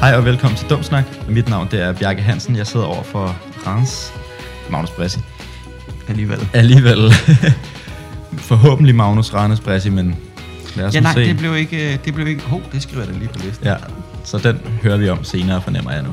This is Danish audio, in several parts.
Hej og velkommen til Dumsnak. Mit navn det er Bjarke Hansen. Jeg sidder over for Rans Magnus Bressi. Alligevel. Forhåbentlig Magnus Randes Bressi, men lad os se. Det blev ikke. Det skriver jeg da lige på listen. Ja, så den hører vi om senere, fornemmer jeg nu.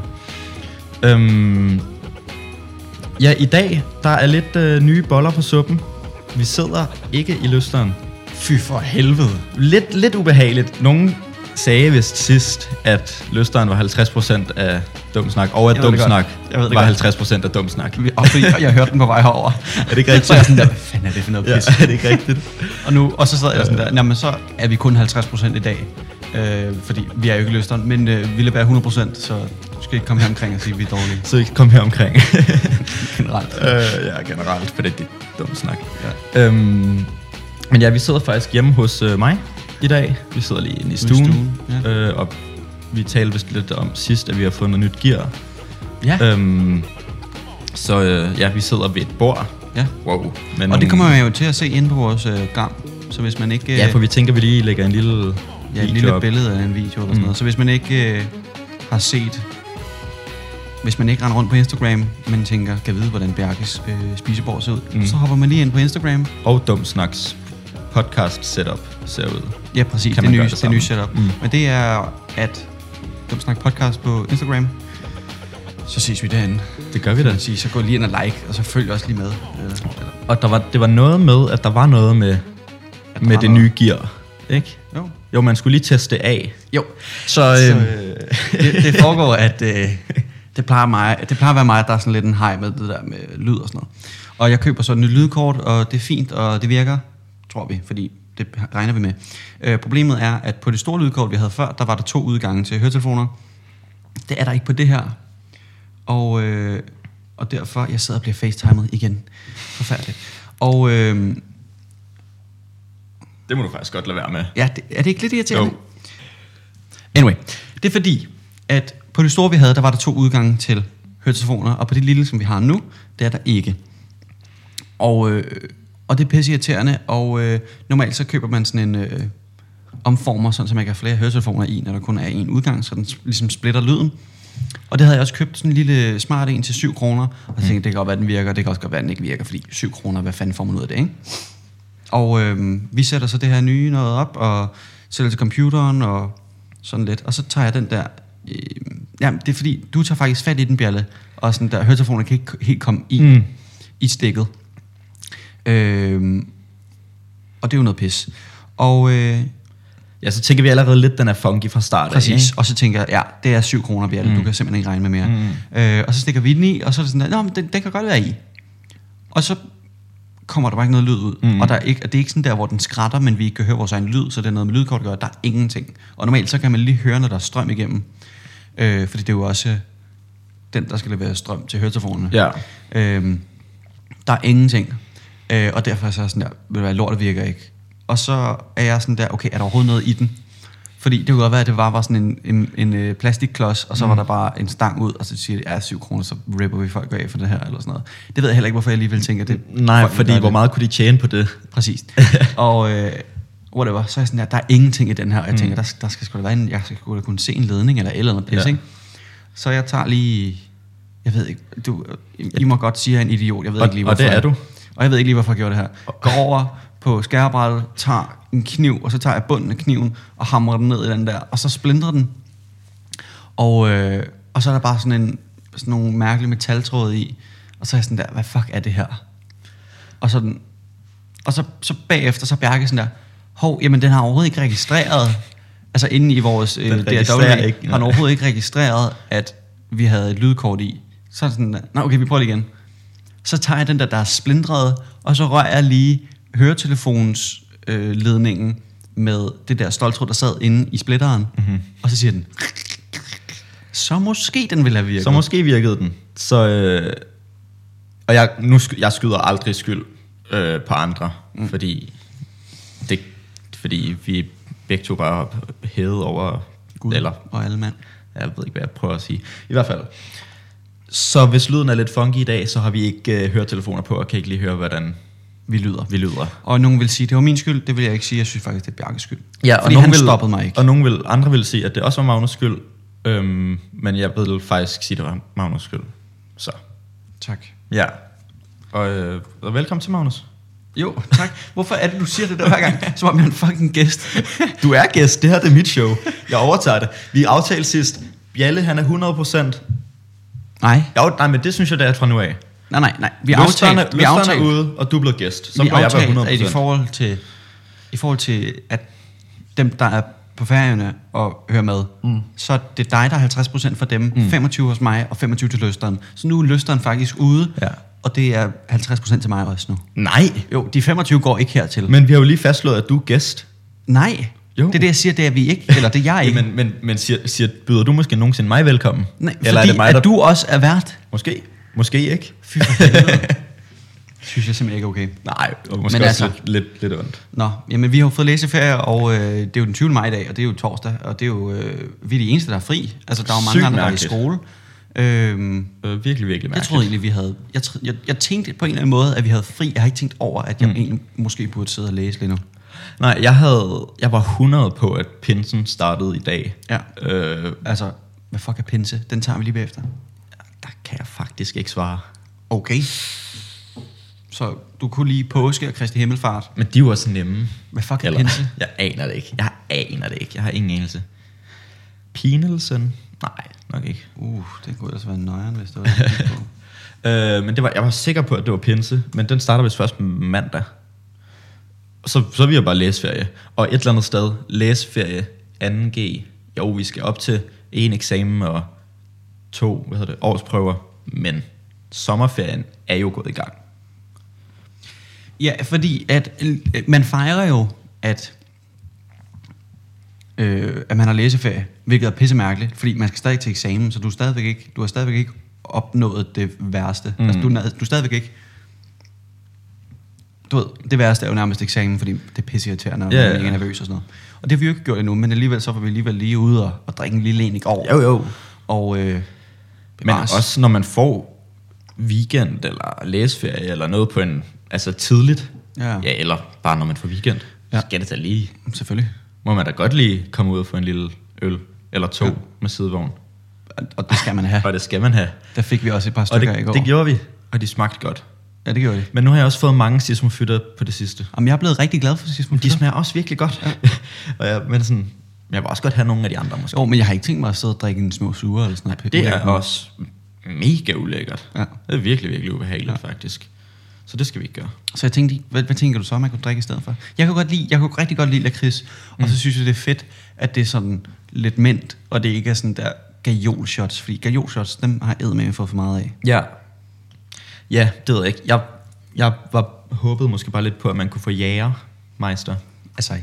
I dag der er lidt nye boller på suppen. Vi sidder ikke i lysteren. Fy for helvede. Lidt ubehageligt. Nogen sagde vist sidst, at lysteren var 50% af Dumsnak, og at Dumsnak var 50% af Dumsnak. Og fordi jeg hørte den på vej herover. Er det ikke rigtigt? Så jeg sådan der, hvad fanden er det for noget pis? Ja, er det ikke rigtigt? og så sad jeg sådan der, jamen så er vi kun 50% i dag. Fordi vi er jo ikke i lysteren, men vi vil være 100%, så du skal ikke komme her omkring og sige, at vi er dårlige. Så ikke komme her omkring. Generelt. Generelt, for det er Dumsnak. Ja. Men ja, vi sidder faktisk hjemme hos mig i dag. Vi sidder lige inde i stuen. Ja. Og vi talte vist lidt om sidst, at vi har fundet nyt gear. Ja. Vi sidder ved et bord. Ja. Wow. Og det kommer man jo til at se inde på vores gram. Så hvis man ikke... Ja, for vi tænker, vi lige lægger en lille lille billede af en video eller sådan noget. Så hvis man ikke har set... Hvis man ikke render rundt på Instagram, men tænker, kan vide, hvordan Bjarkes spisebord ser ud, så hopper man lige ind på Instagram. Og Dumsnaks podcast setup ser ud. Ja, præcis. Det nye setup. Men det er at Dumsnak podcast på Instagram. Så ses vi derinde. Det gør vi da. Så gå lige ind og like, og så følg også lige med. Og det var noget med, at der var noget med det nye gear, ikke? Jo, man skulle lige teste det af. Jo. Så det foregår, at det plejer at være mig, der er sådan lidt en hej med det der med lyd og sådan noget. Og jeg køber så et nyt lydkort, og det er fint, og det virker, tror vi, fordi det regner vi med. Problemet er, at på det store lydkort, vi havde før, der var der 2 udgange til høretelefoner. Det er der ikke på det her. Og derfor, jeg sidder og bliver facetimet igen. Forfærdeligt. Og... det må du faktisk godt lade være med. Ja, er det ikke lidt irriterende? Jo. Anyway, det er fordi, at på det store, vi havde, der var der 2 udgange til høretelefoner, og på det lille, som vi har nu, det er der ikke. Og det er pisse irriterende, og normalt så køber man sådan en omformer, sådan så man kan have flere høretelefoner i, når der kun er en udgang, så den ligesom splitter lyden. Og det havde jeg også købt sådan en lille smart en til 7 kroner, og så tænkte det kan godt være, den virker, det kan også godt være, den ikke virker, fordi 7 kroner, hvad fanden får man ud af det, ikke? Og vi sætter så det her nye noget op, og sætter til computeren, og sådan lidt, og så tager jeg den der, det er fordi, du tager faktisk fat i den, Bjalle, og sådan der, høretelefoner kan ikke helt komme i stikket. Og det er jo noget pis. Og så tænker vi allerede lidt, den er funky fra start. Præcis, og så tænker jeg, det er 7 kroner, Bjalle, du kan simpelthen ikke regne med mere. Og så stikker vi den i, og så er det sådan der, men den kan godt være i. Og så kommer der bare ikke noget lyd ud. Og det er ikke sådan der, hvor den skrætter, men vi ikke kan høre vores egen lyd, så det er noget med lydkort at gøre. Der er ingenting. Og normalt så kan man lige høre, når der er strøm igennem. Fordi det er jo også den, der skal levere strøm til høretelefonerne. Ja. Der er ingenting. Og derfor er jeg sådan der, vil det være lort, det virker ikke. Og så er jeg sådan der, okay, er der overhovedet noget i den? Fordi det kunne godt være, at det var sådan en plastikklods, og så var der bare en stang ud, og så siger de, 7 kroner, så ripper vi folk af for det her, eller sådan noget. Det ved jeg heller ikke, hvorfor jeg lige vil tænke det. Nej, fordi hvor meget kunne de tjene på det? Præcis. Og whatever, så er jeg sådan der er ingenting i den her, og jeg tænker, der skal sgu da være jeg skal sgu da kunne se en ledning, eller noget pisse, ikke? Så jeg tager lige, jeg ved ikke, I må godt sige, at jeg er en idiot, jeg ved ikke lige, hvorfor. Og det er du. Og jeg ved ikke lige, hvorfor jeg gjorde det her. Går over på skærebrættet, tager en kniv, og så tager jeg bunden af kniven og hamrer den ned i den der, og så splintrer den. Og så er der bare sådan nogle mærkelige metaltråd i, og så er jeg sådan der, hvad fuck er det her? Og så bagefter, så Bjarke sådan der, jamen den har overhovedet ikke registreret, altså inde i vores DRW, har den overhovedet ikke registreret, at vi havde et lydkort i. Så er det sådan der, okay, vi prøver det igen. Så tager jeg den der er splintret, og så rører jeg lige høretelefonens ledningen med det der stoltråd, der sad inde i splitteren. Og så siger den, så måske den ville have virket. Så måske virkede den. Så, og jeg skyder aldrig skyld på andre, fordi vi begge to bare hævet over Gud eller og alle mand. Jeg ved ikke, hvad jeg prøver at sige. I hvert fald. Så hvis lyden er lidt funky i dag, så har vi ikke høretelefoner på, og kan ikke lige høre, hvordan vi lyder. Og nogen vil sige, det var min skyld. Det vil jeg ikke sige. Jeg synes faktisk, det er Bjarkes skyld. Ja, og fordi han stoppede mig ikke. Og andre vil sige, at det også var Magnus skyld. Men jeg vil faktisk sige, det var Magnus' skyld. Så. Tak. Ja. Og velkommen til, Magnus. Jo, tak. Hvorfor er det, du siger det der hver gang, som om jeg er en fucking gæst? Du er gæst, det her det er mit show. Jeg overtager det. Vi aftalte sidst, Bjalle han er 100%. Nej. Nej, men det synes jeg, det er fra nu af. Nej. Vi aftalte er ude, og du er blevet gæst. Så vi må jeg være 100%. At i forhold til, at dem, der er på Færøerne og hører med, så det er dig, der er 50% for dem, 25 hos mig og 25 til løsteren. Så nu er løsteren faktisk ude, og det er 50% til mig også nu. Nej. Jo, de 25 går ikke hertil. Men vi har jo lige fastslået, at du er gæst. Nej. Jo. Det er det, jeg siger, det er vi ikke, eller det er jeg ikke. men byder du måske nogensinde mig velkommen? Nej, eller fordi er det mig, at du også er vært. Måske ikke. Fy for helvede. Synes jeg simpelthen ikke okay. Nej, måske men også altså, lidt ondt. Nå, jamen vi har jo fået læseferie, og det er jo den 20. maj i dag, og det er jo torsdag, og det er jo vi er de eneste, der er fri. Altså der er jo mange andre, der er i skole. Virkelig mærkeligt. Jeg troede egentlig, vi havde... Jeg tænkte på en eller anden måde, at vi havde fri. Jeg har ikke tænkt over, at jeg egentlig måske burde sidde og læse lidt nu. Nej, jeg var 100 på, at pinsen startede i dag. Ja. Altså, hvad fuck er pinse? Den tager vi lige bagefter. Der kan jeg faktisk ikke svare. Okay. Så du kunne lige påske og Kristi Himmelfart. Men de var så nemme. Hvad fuck er pinse? Jeg aner det ikke. Jeg har ingen anelse. Pinelsen? Nej, nok ikke. Det kunne ellers være nøjeren, hvis det var på. Men jeg var sikker på, at det var pinse. Men den starter vist først mandag. Så er vi jo bare læseferie. Og et eller andet sted, læseferie 2G. Jo, vi skal op til 1 eksamen og 2 årsprøver. Men sommerferien er jo gået i gang. Ja, fordi at man fejrer jo, at man har læseferie, hvilket er pissemærkeligt, fordi man skal stadig til eksamen, så du har stadigvæk ikke opnået det værste. Altså, du er stadigvæk ikke... Du ved, det værste er jo nærmest eksamen, fordi det er pisseirriterende, og man er nervøs og sådan noget. Og det har vi jo ikke gjort endnu, men alligevel så var vi alligevel lige ude og drikke en lille en i går. Jo. Og, men også når man får weekend eller læseferie eller noget på en... Altså tidligt. Ja, eller bare når man får weekend. Så skal det da lige... Selvfølgelig. Må man da godt lige komme ud og få en lille øl eller 2 med sidevogn. Og det skal man have. Og det skal man have. Der fik vi også et par stykker i går. Det gjorde vi, og de smagte godt. Ja, det gjorde de. Men nu har jeg også fået mange sismofytter på det sidste. Jamen, jeg er blevet rigtig glad for sismofytter. De smager også virkelig godt. Ja. Men jeg vil også godt have nogle af de andre måske. Men jeg har ikke tænkt mig at sidde og drikke en små sure eller sådan noget. Det er også mega ulækkert. Ja. Det er virkelig, virkelig ubehageligt faktisk. Så det skal vi ikke gøre. Så jeg tænkte, hvad tænker du så, man kunne drikke i stedet for? Jeg kunne rigtig godt lide lakrids, og så synes jeg, det er fedt, at det er sådan lidt mint, og det ikke er sådan der gajolshots, fordi gajolshots, dem har jeg eddermame fået for meget af. Ja, det ved jeg ikke. Jeg håbede måske bare lidt på, at man kunne få jægermeister. Altså,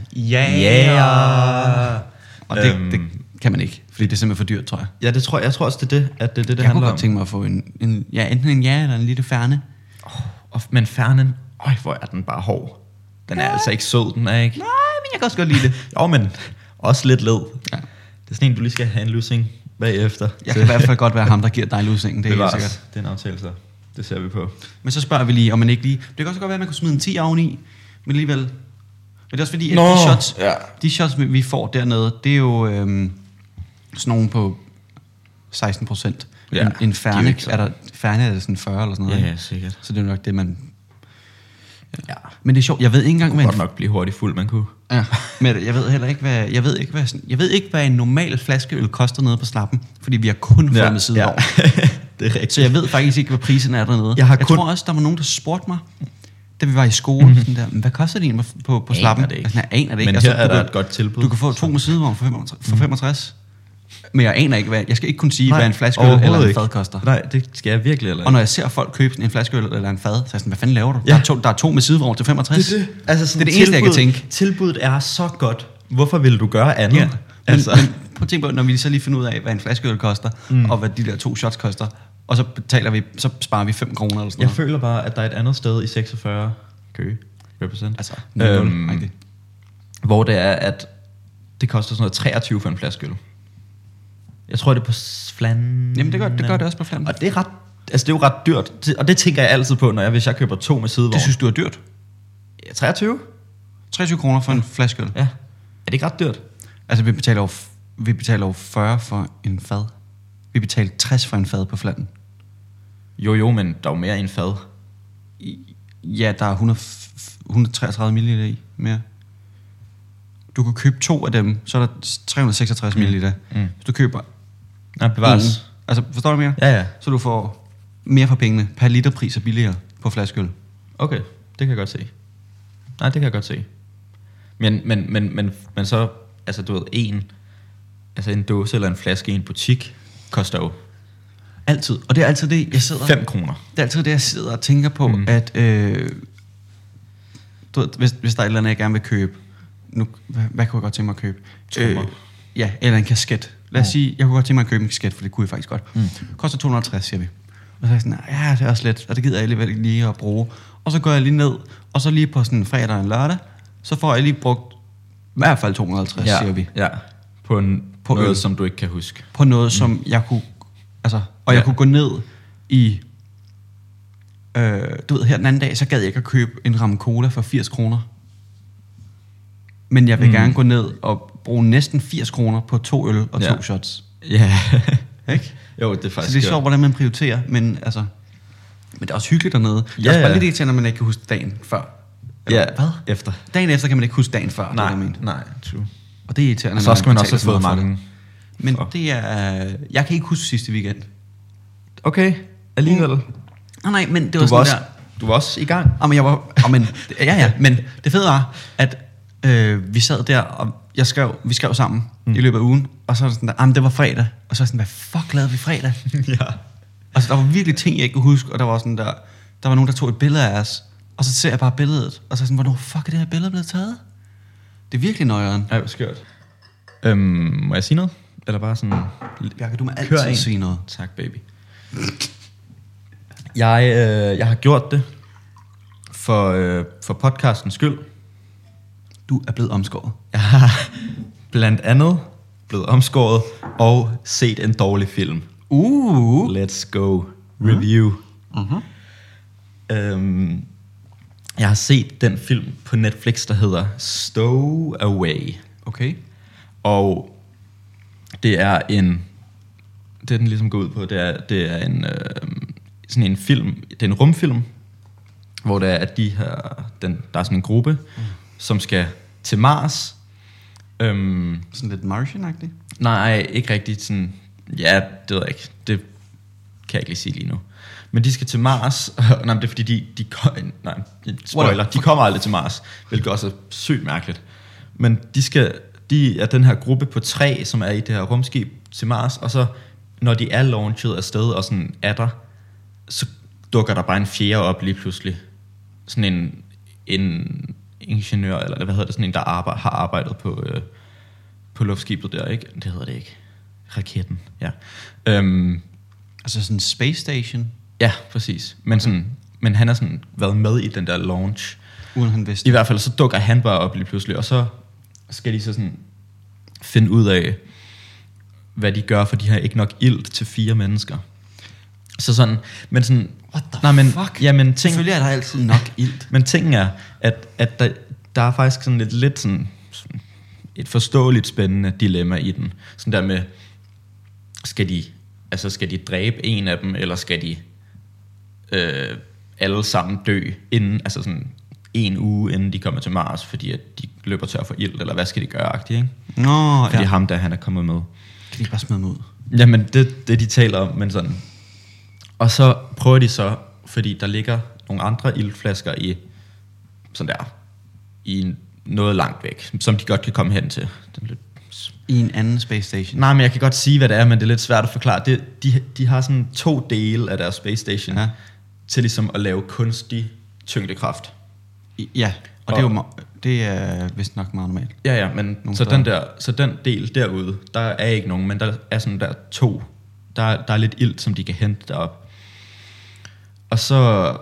jæger! Og det kan man ikke, fordi det er simpelthen for dyrt, tror jeg. Ja, det tror jeg også, det er det, at det handler om. Jeg kunne godt tænke mig at få enten en jæger eller en lille færne. Men færnen, hvor er den bare hård. Den er altså ikke sød, den er ikke. Nej, men jeg kan også godt lide det. Jo, men også lidt led. Ja. Det er sådan en, du lige skal have en lussing bagefter. Jeg kan i hvert fald godt være ham, der giver dig lussingen. Det er helt sikkert. Det er en aftale, så. Det ser vi på. Men så spørger vi lige, om man ikke lige... Det kan også godt være, at man kunne smide en 10 oveni, men alligevel... Men det er også fordi, at de shots, vi får dernede, det er jo sådan nogle på 16%. Ja, en færne, færne er det sådan 40 eller sådan noget? Ja, sikkert. Så det er nok det, man... Ja. Men det er sjovt, jeg ved ikke engang, hvad... Det kunne godt nok blive hurtigt fuld, man kunne. Ja, men jeg ved heller ikke, jeg ved ikke, hvad en normal flaskeøl koster nede på Slappen, fordi vi har kun fået med sidevogn. Det er rigtigt. Så jeg ved faktisk ikke, hvad prisen er dernede. Jeg tror også, der var nogen, der spurte mig, da vi var i skole, sådan der, hvad koster det egentlig på Slappen? Jeg aner det ikke. Men her er der et godt tilbud. Du kan få 2 med sidevogn for 65. Men jeg aner ikke, jeg skal ikke kunne sige, hvad en flaskeøl eller en fad koster. Nej, det skal jeg virkelig heller ikke. Og når jeg ser folk købe en flaskeøl eller en fad, så er jeg sådan, hvad fanden laver du? Ja. Der er 2 med sidevogn til 65. Det er det eneste, jeg kan tænke. Tilbuddet er så godt. Hvorfor vil du gøre andet? Ja. Men prøv at tænke på, når vi så lige finder ud af, hvad en flaskeøl koster, og hvad de der 2 shots koster, og så sparer vi 5 kroner eller sådan noget. Jeg føler bare, at der er et andet sted i 46 Køge represent. Altså, hvor det er, at det koster sådan noget 23 for en flaskeøl. Jeg tror, det er på Flan. Jamen, det gør det også på Flan. Og det er jo ret dyrt. Og det tænker jeg altid på, hvis jeg køber 2 med sidevogn. Det synes du er dyrt? Ja, 23? 23 kroner for en flaskeøl. Ja. Er det ikke ret dyrt? Altså, vi betaler jo Vi betaler jo 40 for en fad. Vi betalte 60 for en fad på Flandern. Jo, men der er jo mere i en fad. Ja, der er 133 ml i mere. Du kan købe 2 af dem, så er der 366 ml. Hvis du køber bevares. Altså, forstår du mere? Ja. Så du får mere for pengene. Per literpris er billigere på flaskeøl. Okay, det kan jeg godt se. Nej, det kan jeg godt se. Men så, altså du ved, en dåse eller en flaske i en butik koster jo altid. Og det er altid det, jeg sidder... 5 kroner. Det er altid det, jeg sidder og tænker på, at... du ved, hvis der er et eller andet, jeg gerne vil købe... Nu, hvad kunne jeg godt tænke mig at købe? Ja, eller en kasket. Lad os sige, jeg kunne godt tænke mig at købe en kasket, for det kunne jeg faktisk godt. Koster 250, siger vi. Og så er jeg sådan, ja, det er også let, og det gider jeg alligevel ikke lige at bruge. Og så går jeg lige ned, og så lige på sådan en fredag og en lørdag, så får jeg lige brugt i hvert fald 250, siger vi. Ja, på noget, som du ikke kan huske. På noget, som jeg kunne... Altså, og jeg kunne gå ned i... du ved, her den anden dag, så gad jeg ikke at købe en ramme cola for 80 kroner. Men jeg vil gerne gå ned og bruge næsten 80 kroner på 2 øl og 2 shots. Ja. Ikke? Jo, det er faktisk... Så det er sjovt, hvordan man prioriterer, men altså... Men det er også hyggeligt dernede. Det er også bare lidt irriterende, når man ikke kan huske dagen før. Eller, hvad? Efter. Dagen efter kan man ikke huske dagen før. Nej, true. Og det er irriterende. Og så skal man også have fået mange. Men det er... Jeg kan ikke huske sidste weekend. Okay, alligevel. Nej, men det var sådan også, der... Du var også i gang. Men jeg var... men det fede var, at vi sad der, og vi skrev sammen i løbet af ugen, og så var det sådan der, det var fredag. Og så var sådan, hvad fuck lavede vi fredag? Ja. Altså, der var virkelig ting, jeg ikke kunne huske, og der var sådan der var nogen, der tog et billede af os, og så ser jeg bare billedet, og så sådan, hvornår fuck er det her billede blevet taget? Det er virkelig nøjeren. Ej, hvor skørt. Må jeg sige noget? Eller bare sådan... Bjarke, du må altid sige noget. Tak, baby. Jeg har gjort det for podcastens skyld. Du er blevet omskåret. Jeg har blandt andet blevet omskåret og set en dårlig film. Let's go. Review. Jeg har set den film på Netflix, der hedder Stowaway. Okay. Og det er den ligesom går ud på, det er en sådan en film, det er en rumfilm, hvor der er at der er sådan en gruppe, som skal til Mars. Sådan lidt Martian-agtigt? Nej, ikke rigtigt sådan. Ja, det ved jeg ikke. Det kan jeg ikke lige sige lige nu. Men de skal til Mars. Nej, det er fordi de kommer aldrig til Mars, hvilket også er sygt mærkeligt. Men de er den her gruppe på 3, som er i det her rumskib til Mars, og så når de er launchet afsted og sådan er der, så dukker der bare en fjerde op lige pludselig. Sådan en ingeniør, eller hvad hedder det, sådan en, der har arbejdet på luftskibet der, ikke? Det hedder det ikke. Raketten, ja. Altså sådan en space station? Ja, præcis. Men han har sådan været med i den der launch. Uden han vidste. I hvert fald så dukker han bare op lige pludselig, og så skal de så sådan finde ud af, hvad de gør, for de har ikke nok ilt til 4 mennesker. Så sådan, men sådan... What the fuck? Ja, men selvfølgelig er der altid nok ilt. Men tingen er, at der er faktisk sådan lidt sådan et forståeligt spændende dilemma i den. Sådan der med, skal de dræbe en af dem, eller skal de alle sammen dø inden, altså sådan 1 uge inden de kommer til Mars, fordi at de løber tør for ilt, eller hvad skal de gøre-agtigt, ikke? Fordi ham der, han er kommet med. Kan de bare smide dem ud? Jamen, det de taler om, men sådan. Og så prøver de så, fordi der ligger nogle andre iltflasker i sådan der, i noget langt væk, som de godt kan komme hen til. I en anden space station? Nej, men jeg kan godt sige, hvad det er, men det er lidt svært at forklare. De har sådan 2 dele af deres space station, til ligesom at lave kunstig tyngdekraft. Ja, og det er vist nok meget normalt. Ja, men så den del derude, der er ikke nogen, men der er sådan der 2. Der er lidt ilt, som de kan hente derop. Og så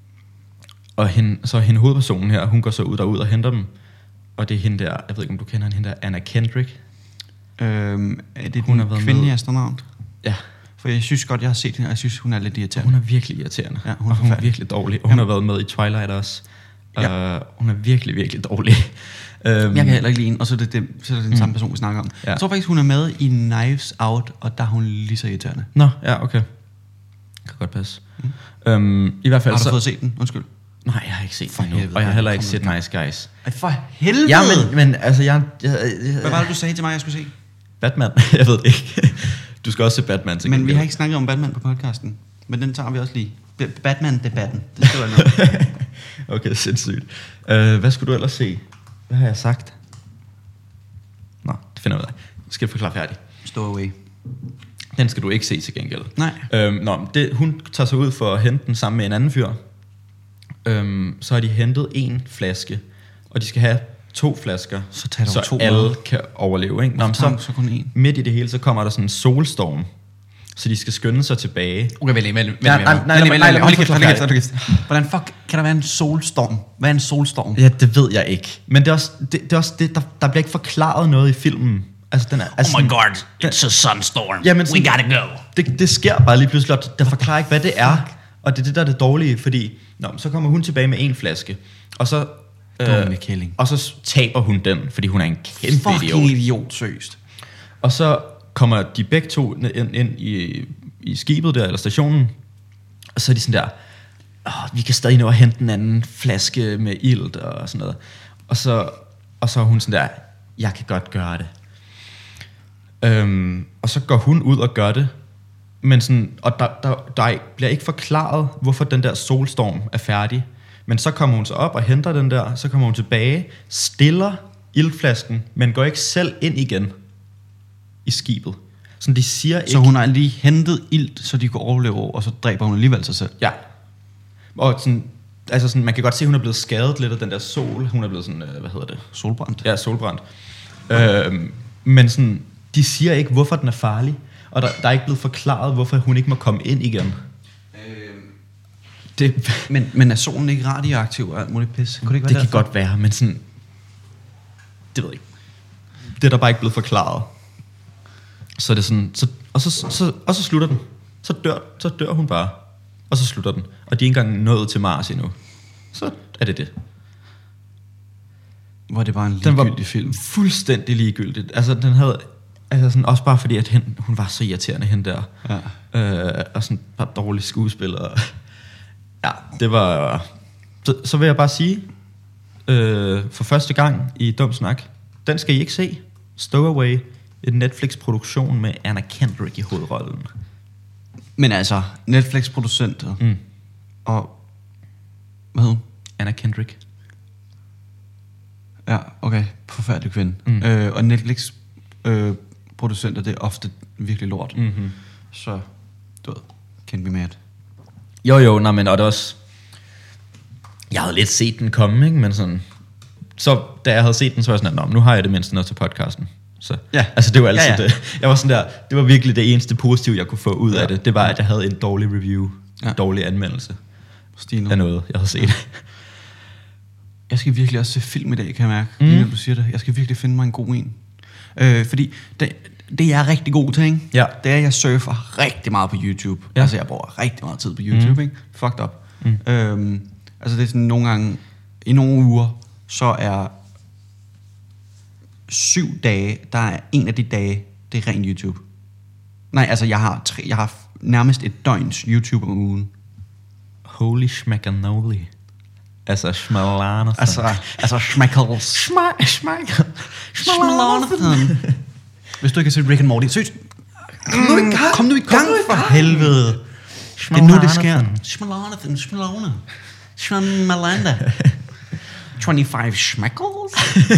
hende hovedpersonen her, hun går så derud og henter dem. Og det er hende der, jeg ved ikke om du kender hende der, Anna Kendrick. Er det hun den kvindelige astronaut? Ja. For jeg synes godt, jeg har set hende, og jeg synes, hun er lidt irriterende. Hun er virkelig irriterende. Ja, hun er virkelig dårlig. Og hun har været med i Twilight også. Hun er virkelig, virkelig dårlig. Jeg kan heller ikke lide hende, og så er det den samme person, vi snakker om. Ja. Jeg tror faktisk, hun er med i Knives Out, og der er hun lige så irriterende. Nå, ja, okay. Kan godt passe. I hvert fald har du fået set den? Undskyld. Nej, jeg har ikke set den endnu, og jeg har heller ikke set Nice Guys. Ej, for helvede! Ja, men altså, hvad var det, du sagde til mig, jeg skulle se? Batman? Jeg ved det ikke. Du skal også se Batman. Til men vi har ikke snakket om Batman på podcasten. Men den tager vi også lige. Batman-debatten. Det skal være noget. Okay, sindssygt. Hvad skulle du ellers se? Hvad har jeg sagt? Nå, det finder jeg ud af. Skal jeg forklare færdig? Stowaway. Den skal du ikke se til gengæld. Nej. Hun tager sig ud for at hente den sammen med en anden fyr. Så har de hentet en flaske, og de skal have 2 flasker, så alle kan overleve. Ikke? Så kun én. Midt i det hele, så kommer der sådan en solstorm, så de skal skynde sig tilbage. Okay, vælg. Hvordan fuck kan der være en solstorm? Hvad er en solstorm? Ja, det ved jeg ikke. Men det er også det, der bliver ikke forklaret noget i filmen. Altså, den er, altså, oh my god, it's a sunstorm. Jamen, sådan, we gotta go. Det sker bare lige pludselig, der forklarer ikke, hvad det er. Og det er det, der er det dårlige, fordi så kommer hun tilbage med en flaske, og så og så taber hun den, fordi hun er en kæmpe idiot, seriøst. Og så kommer de begge to ind i skibet der, eller stationen, og så er de sådan der, vi kan stadig nå at hente en anden flaske med ilt og sådan noget. Og så er hun sådan der, jeg kan godt gøre det. Og så går hun ud og gør det, men sådan, og der bliver ikke forklaret, hvorfor den der solstorm er færdig. Men så kommer hun så op og henter den der, så kommer hun tilbage, stiller iltflasken, men går ikke selv ind igen i skibet. Så de siger ikke. Så hun har lige hentet ilt, så de kunne overleve, og så dræber hun alligevel sig selv. Ja. Og sådan, altså sådan, man kan godt se, at hun er blevet skadet lidt af den der sol. Hun er blevet sådan, hvad hedder det? Solbrændt. Ja, solbrændt. Men sådan, de siger ikke, hvorfor den er farlig. Og der er ikke blevet forklaret, hvorfor hun ikke må komme ind igen. Men er solen ikke radioaktiv og alt muligt pis? Kunne det ikke være det kan godt være, men sådan, det ved jeg ikke. Det er der bare ikke blevet forklaret. Så er det sådan, og så slutter den. Så dør hun bare. Og så slutter den. Og de er ikke engang nået til Mars endnu. Så er det. Var det bare en ligegyldig film? Fuldstændig ligegyldigt. Altså den havde, altså sådan, også bare fordi at hun var så irriterende hende der. Ja. Og sådan bare dårlige skuespillere. Ja, det var. Så vil jeg bare sige, for første gang i Dum Snak, den skal I ikke se. Stowaway, en Netflix-produktion med Anna Kendrick i hovedrollen. Men altså, Netflix-producenter og hvad hed hun? Anna Kendrick. Ja, okay, forfærdelig kvinde. Og Netflix producenter, det er ofte virkelig lort. Mm-hmm. Så, du ved, can be mad. Jo, nej, men og det også, jeg havde lidt set den komme, ikke? Men sådan, så da jeg havde set den, så var jeg sådan, nu har jeg det mindste noget til podcasten. Så, ja. Altså det var altid det. Jeg var sådan der, det var virkelig det eneste positive, jeg kunne få ud af det. Det var, at jeg havde en dårlig review, en dårlig anmeldelse af noget, jeg havde set. Jeg skal virkelig også se film i dag, kan jeg mærke, når du siger det. Jeg skal virkelig finde mig en god en. Fordi det jeg er rigtig god til, ikke? Ja. Det er, at jeg surfer rigtig meget på YouTube. Ja. Altså jeg bruger rigtig meget tid på YouTube, ikke? Fucked up. Altså det er sådan nogle gange, i nogle uger, så er 7 dage, der er en af de dage, det er ren YouTube. Nej, altså jeg har nærmest et døgns YouTube om ugen. Holy schmackanoli. Altså schmalana. Altså schmackles. Schmalana. Hvis du ikke har set Rick and Morty, søgt. Kom nu i gang for helvede. Det er nu, det sker. Schmalana. 25 schmackles.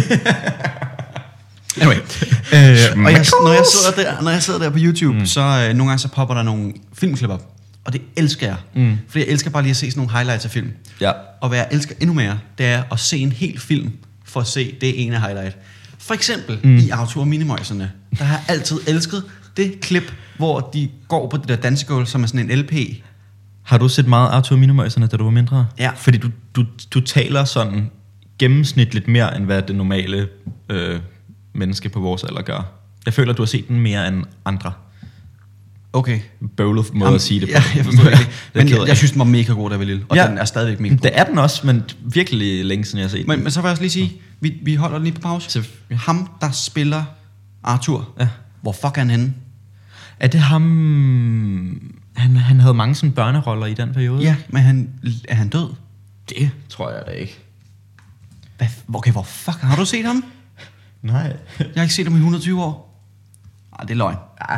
Anyway. Og når jeg sidder der på YouTube, så nogle gange så popper der nogle filmklip op. Og det elsker jeg. Fordi jeg elsker bare lige at se sådan nogle highlights af film. Ja. Og hvad jeg elsker endnu mere, det er at se en hel film, for at se det ene highlight. For eksempel i Arthur og Minimøjserne, der har jeg altid elsket det klip, hvor de går på det der dansegulv, som er sådan en LP. Har du set meget Arthur og Minimøjserne, da du var mindre? Ja. Fordi du taler sådan gennemsnitligt mere, end hvad det normale menneske på vores alder gør. Jeg føler, du har set den mere end andre. Okay. Bøvlet måde at sige det på. Ja, jeg forstår det. Men jeg synes, den var mega god, da vi lille. Og den er stadigvæk mega god. Det er den også, men virkelig længe siden, jeg har set den. Men så vil jeg også lige sige, vi holder den lige på pause. Ham, der spiller Arthur. Ja. Hvor fuck er han henne? Er det ham... Han havde mange sådan børneroller i den periode. Ja, men er han død? Det tror jeg da ikke. Okay, hvor fuck? Har du set ham? Nej. Jeg har ikke set ham i 120 år. Nej, det er løgn. Ja.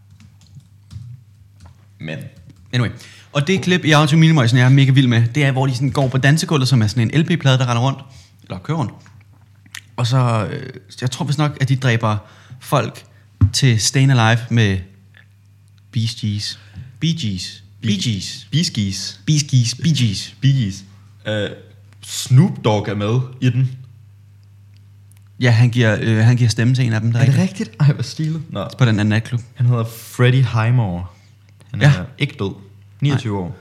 Men... Anyway. Og det klip i Arthur Minimøjsen, jeg er mega vild med, det er, hvor de sådan går på dansegulvet, som er sådan en LP-plade, der render rundt. Eller kører rundt. Og så... jeg tror vist nok, at de dræber folk til Stayin' Alive med Bee Gees. Snoop Dogg er med i den. Ja, han giver stemme til en af dem. Er det rigtigt? Ej, hvor stilet. Nå. På den anden natklub. Han hedder Freddie Highmore. Han er ikke død. 29 år.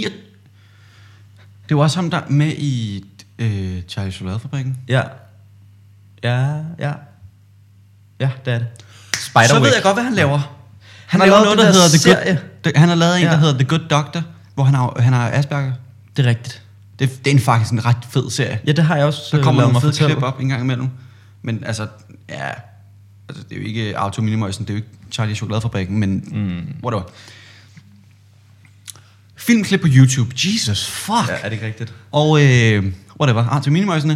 Det var også ham, der med i Charlie Chokoladefabrikken. Ja. Ja, det er det. Så ved jeg godt, hvad han laver. Han har lavet noget, der hedder Han har lavet en, der hedder The Good Doctor, hvor han har Asperger. Det er rigtigt. Det er faktisk en ret fed serie. Ja, det har jeg også. Der kommer nogle fede klip op en gang imellem. Men altså, det er jo ikke Arthur Minimøjsen, det er jo ikke Charlie Chokoladefabrikken, men whatever. Filmklip på YouTube. Jesus, fuck. Ja, er det ikke rigtigt? Og whatever, Arthur Minimøjsene.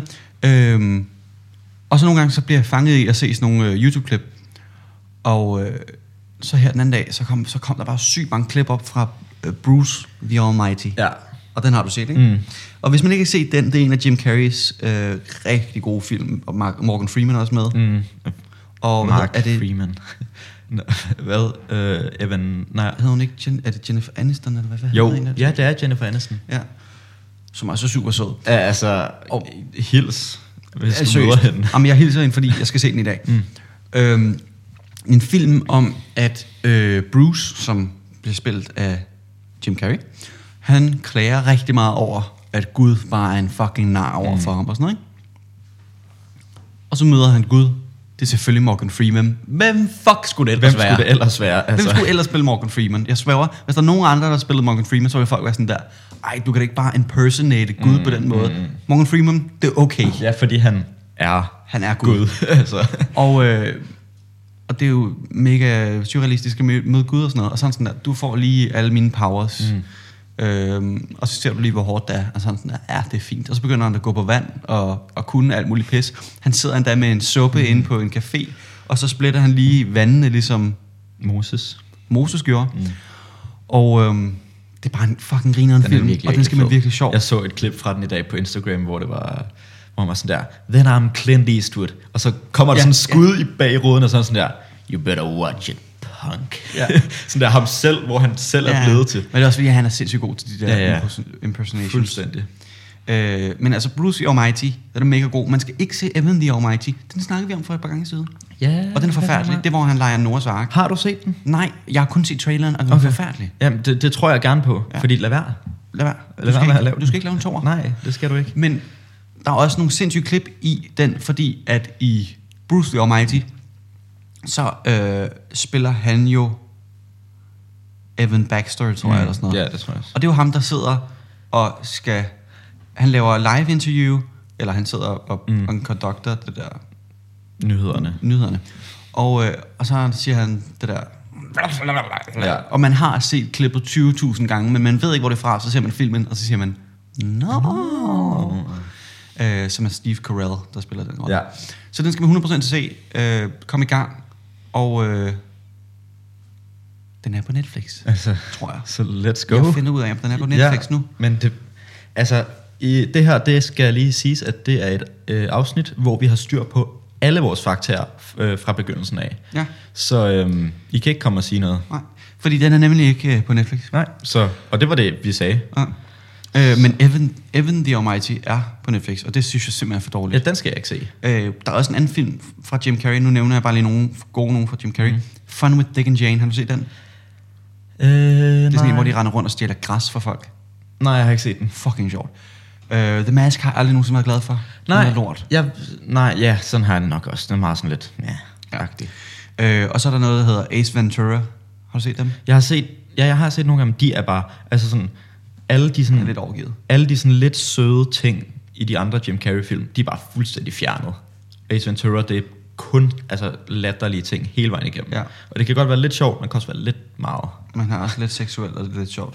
Og så nogle gange, så bliver jeg fanget i at se sådan nogle YouTube-klip. Og så her den anden dag, så kom der bare sygt mange klip op fra Bruce the Almighty. Ja. Og den har du set, ikke? Mm. Og hvis man ikke har set den, det er en af Jim Carreys rigtig gode film, og Morgan Freeman er også med. Mm. Og Freeman. Hvad? Evan... Nej. Hedder hun ikke... er det Jennifer Aniston, eller hvad? Jo, ja, det er Jennifer Aniston. Ja. Som er så super sød. Ja, altså... hils, hvis du møder hende. Jamen, jeg hilser hende, fordi jeg skal se den i dag. En film om, at Bruce, som bliver spillet af Jim Carrey, han klager rigtig meget over, at Gud bare er en fucking nar over for ham og sådan noget, ikke? Og så møder han Gud. Det er selvfølgelig Morgan Freeman. Hvem fuck skulle det ellers være? Altså? Hvem skulle ellers spille Morgan Freeman? Jeg sværger, hvis der er nogen andre, der spillede Morgan Freeman, så vil folk være sådan der, ej, du kan da ikke bare impersonate Gud på den måde. Morgan Freeman, det er okay. Ja, fordi han er Gud. Altså. Og det er jo mega surrealistisk at møde Gud og sådan noget. Og sådan der, du får lige alle mine powers. Og så ser du lige, hvor hårdt det er. Og sådan der, ja, det er fint. Og så begynder han at gå på vand og kunne alt muligt pis. Han sidder endda med en suppe inde på en café. Og så splitter han lige vandene, ligesom Moses gjorde. Og det er bare en fucking grineren film. Og den skal man virkelig sjov. Jeg så et klip fra den i dag på Instagram, hvor det var... hvor man var sådan der, then I'm Clint Eastwood. Og så kommer der sådan en skud i bagruden, og sådan der, you better watch it, punk. Ja. Sådan der ham selv, hvor han selv er blevet til. Men det er også fordi, han er sindssygt god til de der impersonations. Fuldstændig. Men altså, Bruce the Almighty, den er mega god. Man skal ikke se Evan the Almighty. Den snakkede vi om for et par gange siden. Ja. Og den er forfærdelig. Det er, hvor han leger Noahs ark. Har du set den? Nej, jeg har kun set traileren, og den er forfærdelig. Jamen, det tror jeg gerne på, fordi lad være. Du skal ikke lave en toer. Nej, det skal du ikke. Men der er også nogle sindssyge klip i den, fordi at i Bruce the Almighty, så spiller han jo Evan Baxter, tror jeg, eller sådan noget. Ja, det tror jeg også. Og det er jo ham, der sidder og skal... Han laver live interview, eller han sidder og conductor det der... Nyhederne. Og så siger han det der... Ja. Og man har set klippet 20.000 gange, men man ved ikke, hvor det er fra. Så ser man filmen, og så siger man... No. Som er Steve Carell, der spiller den rolle. Ja. Så den skal man 100% se. Kom i gang. Og den er på Netflix, tror jeg. Så let's go. Jeg finder ud af, om den er på Netflix nu. Men det, altså, i det her, det skal lige siges, at det er et afsnit, hvor vi har styr på alle vores faktaer fra begyndelsen af. Ja. Så I kan ikke komme og sige noget. Nej, fordi den er nemlig ikke på Netflix. Nej, og det var det, vi sagde. Ja. Men Evan the Almighty er på Netflix, og det synes jeg simpelthen er for dårligt. Ja, den skal jeg ikke se. Der er også en anden film fra Jim Carrey. Nu nævner jeg bare lige nogle fra Jim Carrey. Fun with Dick and Jane. Har du set den? Det er sådan en, hvor de render rundt og stjæler græs for folk. Nej, jeg har ikke set den. Fucking sjovt. The Mask har jeg aldrig nogensinde været glad for. Nej, den er lort. Sådan har jeg den nok også. Den er meget sådan lidt, agtig. Og så er der noget, der hedder Ace Ventura. Har du set dem? Jeg har set nogle af dem. De er bare, altså sådan, alle de sådan, lidt overgivet. Alle de sådan lidt søde ting i de andre Jim Carrey-film, de er bare fuldstændig fjernet. Ace Ventura, det er kun altså latterlige ting hele vejen igennem. Ja. Og det kan godt være lidt sjovt, men det kan også være lidt meget. Man har også lidt seksuelt, og det er lidt sjovt.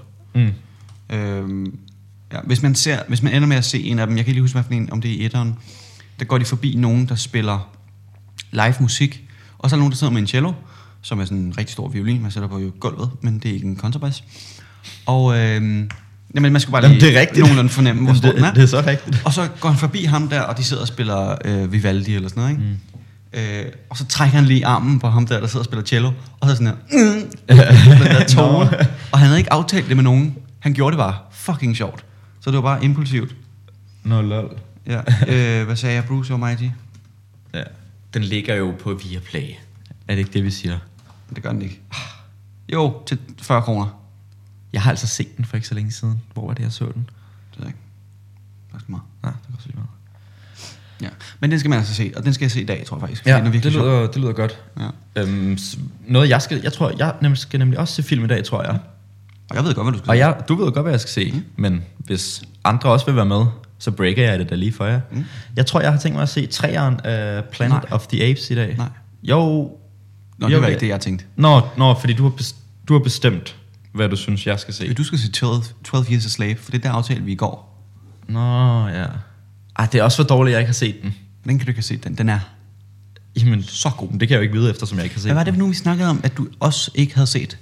Ja, hvis man ender med at se en af dem, jeg kan ikke lige huske, hvad om det er i etteren, der går de forbi nogen, der spiller live musik, og så er der nogen, der sidder med en cello, som er sådan en rigtig stor violin, man sætter på gulvet, men det er ikke en kontrabas. Og jamen, man skal bare lige nogenlunde fornemme, hvor stor den er. Det er så rigtigt. Og så går han forbi ham der, og de sidder og spiller Vivaldi eller sådan noget, ikke? Og så trækker han lige armen på ham der sidder og spiller cello, og så sådan her, den der tone. Og han havde ikke aftalt det med nogen. Han gjorde det bare fucking sjovt. Så det var bare impulsivt. Lol. Ja. Hvad sagde jeg? Bruce Almighty? Ja. Den ligger jo på Viaplay. Er det ikke det, vi siger? Det gør den ikke. Jo, til 40 kroner. Jeg har altså set den for ikke så længe siden. Hvor var det, jeg så den? Det ved jeg ikke. Faktisk meget. Nej, det var så lige meget. Ja, men den skal man altså se, og den skal jeg se i dag, tror jeg faktisk. Ja, det lyder godt. Ja. Noget jeg tror, jeg skal nemlig også se film i dag, tror jeg. Og jeg ved godt, hvad du skal se. Du ved godt, hvad jeg skal se, men hvis andre også vil være med, så breaker jeg det da lige for jer. Jeg tror, jeg har tænkt mig at se 3'eren af Planet of the Apes i dag. Nej. Jo. Nå, det var ikke det, jeg tænkte. Nå, fordi du har bestemt, hvad du synes, jeg skal se. Du skal se 12 Years a Slave, for det der aftalte vi i går. Nå, ja. Ej, det er også for dårligt, jeg ikke har set den. Den kan du ikke have set, den er jamen, så god. Det kan jeg jo ikke vide, eftersom jeg ikke har set den. Hvad var det nu, vi snakkede om, at du også ikke havde set?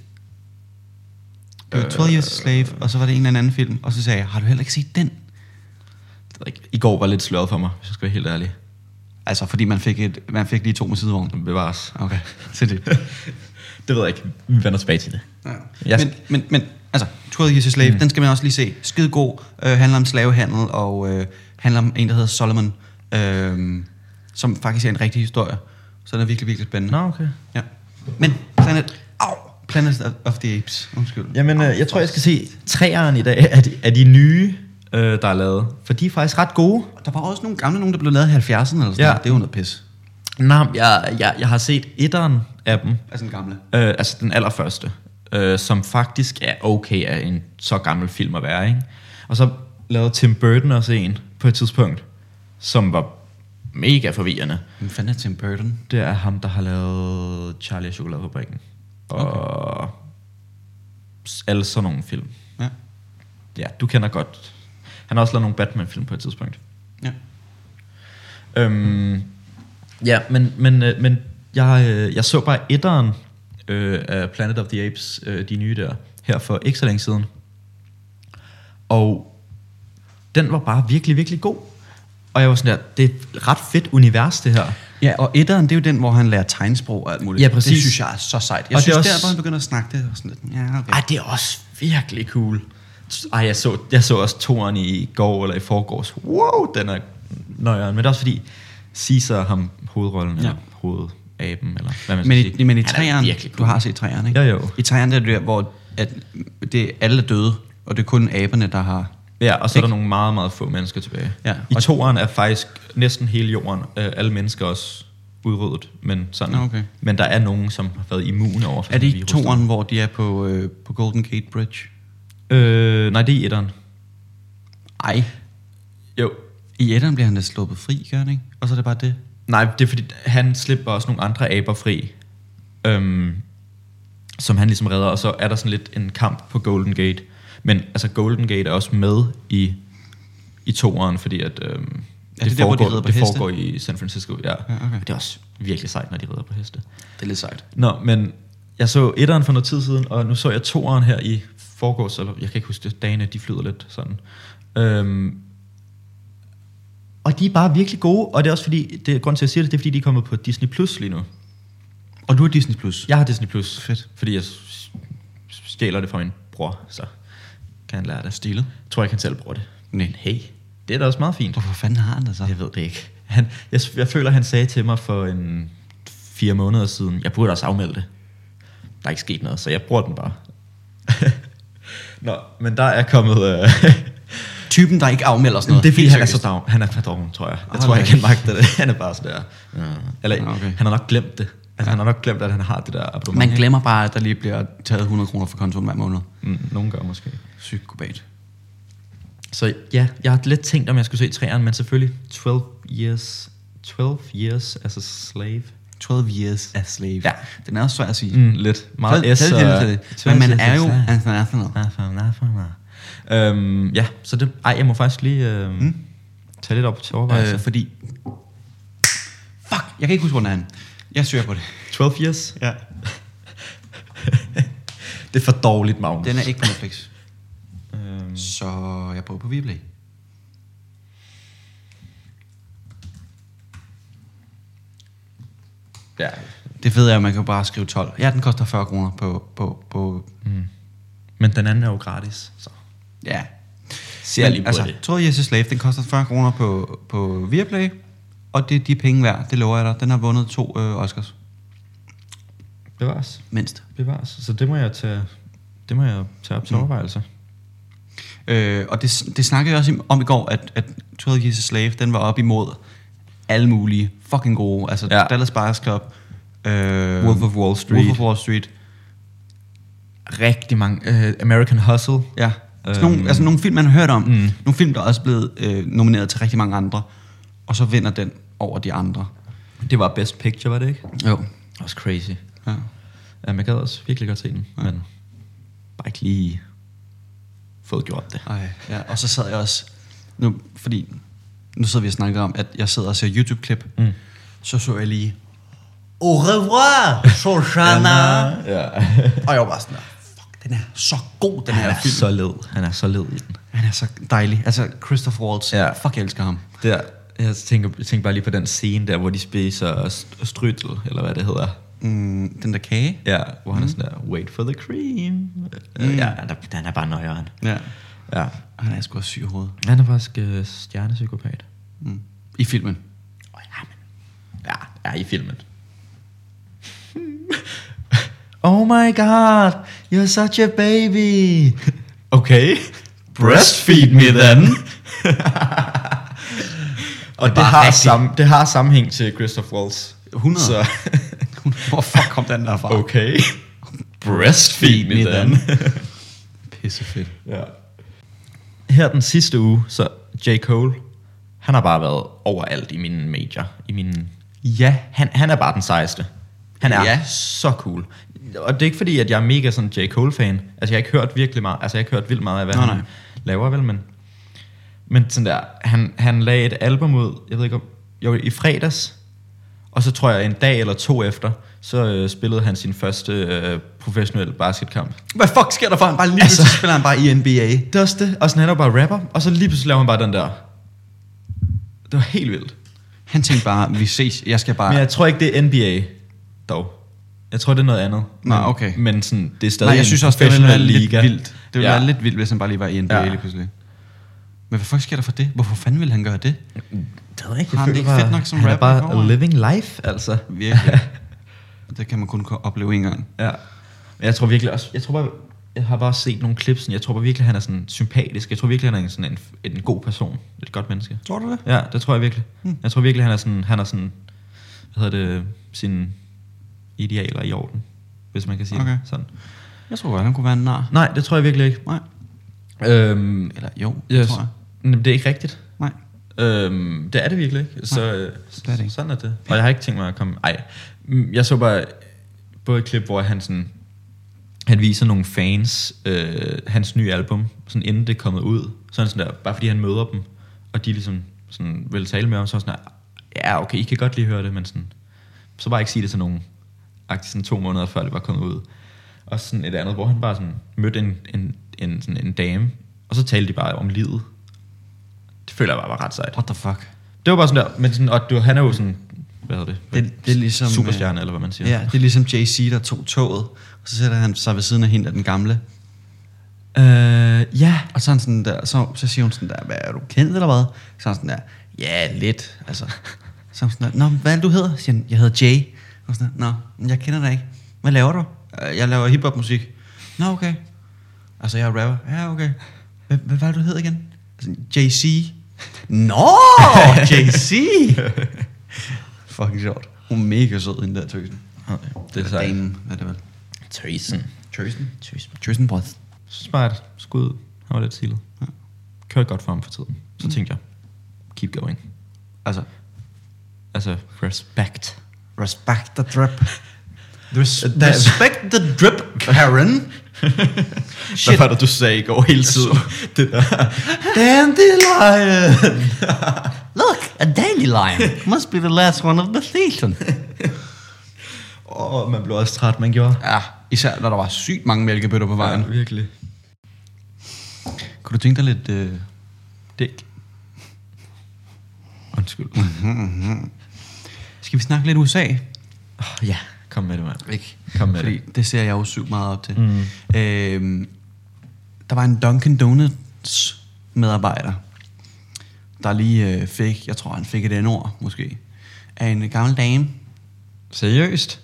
Det var 12 Years a Slave, og så var det en eller anden film, og så sagde jeg, har du heller ikke set den? I går var lidt sløret for mig, hvis jeg skal være helt ærlig. Altså, fordi man fik lige 2 med sidevognen. Bevares. Okay, se det. Det ved jeg ikke. Vi vender tilbage til det. Ja. Men altså, 12 Years a Slave, den skal man også lige se. Skide god, handler om slavehandel, og handler om en, der hedder Solomon, som faktisk er en rigtig historie. Så den er virkelig, virkelig spændende. Nå, okay. Ja. Men Planet of the Apes. Undskyld. Jamen, jeg tror, jeg skal se 3'eren i dag af de nye, der er lavet. For de er faktisk ret gode. Der var også nogle gamle, der blev lavet i 70'erne eller sådan noget. Det er jo noget pis. Nej, jeg har set 1'eren af dem. Altså den gamle? Altså den allerførste. Som faktisk er okay af en så gammel film at være, ikke? Og så lavede Tim Burton også en på et tidspunkt, som var mega forvirrende. Hvem fanden er Tim Burton? Det er ham, der har lavet Charlie og Chokoladefabrikken. Og alle sådan nogle film. Ja. Ja, du kender godt. Han har også lavet nogle Batman-film på et tidspunkt. Ja. Ja, men jeg så bare 1'eren af Planet of the Apes, de nye der, her for ikke så længe siden. Og den var bare virkelig, virkelig god. Og jeg var sådan der, det er et ret fedt univers, det her. Ja, og 1'eren, det er jo den, hvor han lærer tegnsprog og alt muligt. Ja, præcis. Det synes jeg er så sejt. Jeg synes, der hvor han begynder at snakke det, og sådan lidt, ja, okay. Ej, det er også virkelig cool. Ej, jeg så også 2'eren i går, eller i forgårs. Wow, den er nøjeren. Men det er også fordi, Caesar ham hovedrollen, eller hovedaben, eller hvad man skal sige. Men i 3'eren, du har set 3'eren, ikke? Jo. I 3'eren der er det der, hvor at det alle er døde, og det er kun aberne, der har... Ja, og så er der nogle meget, meget få mennesker tilbage. Ja. I 2'eren er faktisk næsten hele jorden, alle mennesker også udryddet, men sådan. Okay. Men der er nogen, som har været immune over for er det i 2'eren, hvor de er på Golden Gate Bridge? Nej, det er i 1'eren. Ej. Jo. I 1'eren bliver han da sluppet fri, gør han ikke? Og så er det bare det? Nej, det er fordi, han slipper også nogle andre aber fri, som han ligesom redder, og så er der sådan lidt en kamp på Golden Gate. Men altså Golden Gate er også med i 2'eren, fordi at det foregår i San Francisco. Ja. Okay. Det er også virkelig sejt, når de rider på heste. Det er lidt sejt. Nå, men jeg så 1'eren for noget tid siden, og nu så jeg 2'eren her i forgårs, eller jeg kan ikke huske det, dagene de flyder lidt sådan. Og de er bare virkelig gode, og det er også fordi, grunden til at jeg siger det er fordi de er kommet på Disney Plus lige nu. Og du har Disney Plus? Jeg har Disney Plus. Fedt. Fordi jeg stjæler det fra min bror, så kan han lære det. Stilet? Jeg tror ikke, han selv bruger det. Nej. Hey, det er da også meget fint. Hvorfor fanden har han det så? Jeg ved det ikke. Jeg føler, han sagde til mig for 4 måneder siden, jeg burde også afmelde det. Der er ikke sket noget, så jeg bruger den bare. Nå, men der er kommet... Typen, der ikke afmelder sådan noget. Det er fordi, han er for doven, tror jeg. Jeg tror ikke, han magter det. Han er bare sådan der. Eller han har nok glemt det. Altså han har nok glemt, at han har det der abonnement. Man glemmer bare, at der lige bliver taget 100 kroner fra kontoen hver måned. Nogen gør måske. Psykopat. Så ja, jeg har lidt tænkt, om jeg skulle se træerne, men selvfølgelig 12 years as a slave. 12 years as slave. Ja. Den er også svær at sige. Lidt. Meget S. Men man er jo international. Ja, så det, jeg må faktisk lige tage lidt op til overvejelse. Fordi... Fuck, jeg kan ikke huske, hvor den er han. Jeg søger på det. 12 years? Ja. Det er for dårligt, Magnus. Den er ikke på Netflix. Så jeg prøver på Viaplay. Ja. Det fede er, at man kan bare skrive 12. Ja, den koster 40 kroner på Men den anden er jo gratis, så... Ja. Ser lige på altså, det. 12 Years a Slave, den koster 40 kroner på Viaplay, og det er de penge værd, det lover jeg dig. Den har vundet 2 Oscars. Bevares. Mindst. Bevares. Så det må jeg tage op til overvejelse. Og det snakkede jeg også om i går, at 12 Years a Slave, den var op imod alle mulige fucking gode. Altså Dallas Buyers Club, Wolf of Wall Street. Rigtig mange. American Hustle. Ja. Nogle film, man har hørt om. Nogle film, der er også blevet nomineret til rigtig mange andre. Og så vinder den over de andre. Det var Best Picture, var det ikke? Jo. Også crazy. Ja. Jeg gad også virkelig godt se den, men bare ikke lige fået gjort det. Ja. Og så sad jeg også... Nu sidder vi og snakker om, at jeg sidder og ser YouTube-klip. Så jeg lige... Au revoir, Shoshana. Ja. Og jeg var bare sådan der, fuck, den er så god, den her film. Han er så led i den. Han er så dejlig. Altså, Christoph Waltz. Ja. Fuck, jeg elsker ham. Jeg tænker bare lige på den scene der, hvor de spiser strudel, eller hvad det hedder. Den der kage. Ja, hvor han er sådan der, wait for the cream. Ja, den er bare nøjeren. Ja. Ja. Han er sgu også syg i hovedet. Han er faktisk stjernepsykopat. I filmen. Ja, i filmen. Oh my god, you're such a baby. Okay, breastfeed me then. Og det har sammenhæng til Christoph Waltz. 100. Så. Hvor fuck kom den der fra? Okay, breastfeed me then. Pissefedt. Ja. Her den sidste uge, så J. Cole, han har bare været overalt i mine major. Ja. Han er bare den sejeste. Han er så cool. Og det er ikke fordi, at jeg er mega sådan J. Cole-fan. Altså, jeg har ikke hørt virkelig meget. Altså, jeg har ikke hørt vildt meget af, hvad han laver, vel? Men sådan der, han lagde et album ud, jeg ved ikke om, i fredags. Og så tror jeg, en dag eller 2 efter, så spillede han sin første professionelle basketkamp. Hvad fuck sker der for han? Bare lige pludselig spiller han bare i NBA. Det er også det. Og sådan han er bare rapper. Og så lige pludselig laver han bare den der. Det var helt vildt. Han tænkte bare, vi ses, jeg skal bare... Men jeg tror ikke, det er NBA, dog. Jeg tror, det er noget andet. Nå, okay. Men sådan, det er stadig jeg synes også, det ville være lidt vildt. Det ville være lidt vildt, hvis han bare lige var i NBA lige pludselig. Men hvad fuck sker der for det? Hvorfor fanden ville han gøre det? Det ved jeg ikke. Han er ikke fedt nok som rapper. Han er bare living life, altså. Virkelig. Det kan man kun opleve en gang. Ja. Men jeg tror virkelig også... Jeg har bare set nogle clips. Jeg tror bare virkelig, han er sådan sympatisk. Jeg tror virkelig, han er sådan en god person. Et godt menneske. Tror du det? Ja, det tror jeg virkelig. Jeg tror virkelig, han er sådan... Hvad hedder det? Sine idealer i orden. Hvis man kan sige det sådan. Jeg tror godt, han kunne være en nar. Nej, det tror jeg virkelig ikke. Nej. Eller jo, det tror jeg. Men det er ikke rigtigt. Nej. Det er det virkelig ikke. Så, det er det ikke. Sådan er det. Og jeg har ikke tænkt mig at komme... Jeg så bare et klip, hvor han viser nogle fans hans nye album, sådan inden det er kommet ud. Sådan der, bare fordi han møder dem, og de ligesom sådan vil tale med ham, så sådan der, ja okay, I kan godt lige høre det, men sådan, så bare ikke sige det til nogen, sådan 2 måneder før det var kommet ud. Og sådan et andet, hvor han bare sådan mødte en dame, og så talte de bare om livet. Det føler jeg bare var ret sejt. What the fuck? Det var bare sådan der, men sådan, og han er jo sådan, hvad hedder det? Det er ligesom superstjerne, eller hvad man siger. Ja, det er ligesom Jay-Z, der tog toget, og så sætter han sig ved siden af hende af den gamle. Ja. Og så, sådan der, så siger hun sådan der, hvad er du kendt eller hvad? Så sådan der, ja, lidt, altså. Så sådan der, nå, hvad er det, du hedder? Siger han, jeg hedder Jay. Og sådan der, nå, jeg kender dig ikke. Hvad laver du? Jeg laver hiphop musik. Nå, okay. Altså, jeg er rapper. Ja, okay. Hvad var det, du hed igen? Altså, Jay-Z. Nå, Jay-Z. Fucking sjovt. Hun er mega sød, den der tøsen. Det er sejt. Damen, hvad er det vel? Tøsen brød. Smart. Skud. Han var lidt silet. Ja. Kørte godt for ham for tiden. Så tænkte jeg, keep going. Altså, respect. Respect the drip. Respect the drip, Karen. Hvad var det, du sagde i går hele tiden? Det der. Dandelion. Look, a dandelion. Must be the last one of the season. Man blev også træt, man gjorde. Ja, især når der var sygt mange mælkebøtter på vejen. Ja, virkelig. Kunne du tænke dig lidt dæk? Undskyld. Skal vi snakke lidt USA? Ja, kom med det, mand. Ikke? Kom med Fordi det ser jeg jo sygt meget op til. Der var en Dunkin' Donuts medarbejder, der lige fik, jeg tror han fik et N-ord måske, af en gammel dame. Seriøst?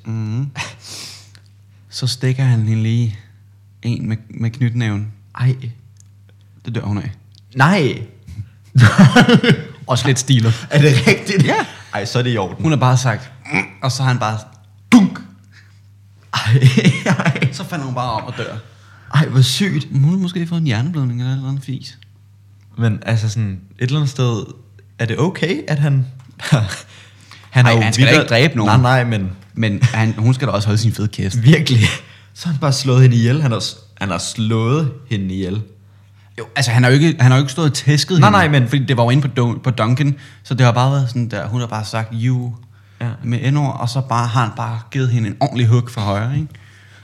Så stikker han hende lige en med knytnæven. Ej. Det dør hun af. Nej. Også lidt stilet. Er det rigtigt? Ja. Ej, så er det i orden. Hun har bare sagt, og så har han bare dunk. Ej. Så fandt hun bare om og dør. Ej, hvor sygt. Hun har måske fået en hjerneblødning eller et eller andet fis. Men altså sådan, et eller andet sted, er det okay, at han... han skal da ikke dræbe nogen. Nej, men hun skal da også holde sin fede kæft. virkelig. Så har han bare slået hende ihjel. Han har slået hende ihjel. Jo, altså han har jo ikke stået og tæsket hende. Nej, men fordi det var jo inde på Dunkin', så det har bare været sådan der, hun har bare sagt you med n-ord, og så har han bare givet hende en ordentlig hook fra højre, ikke?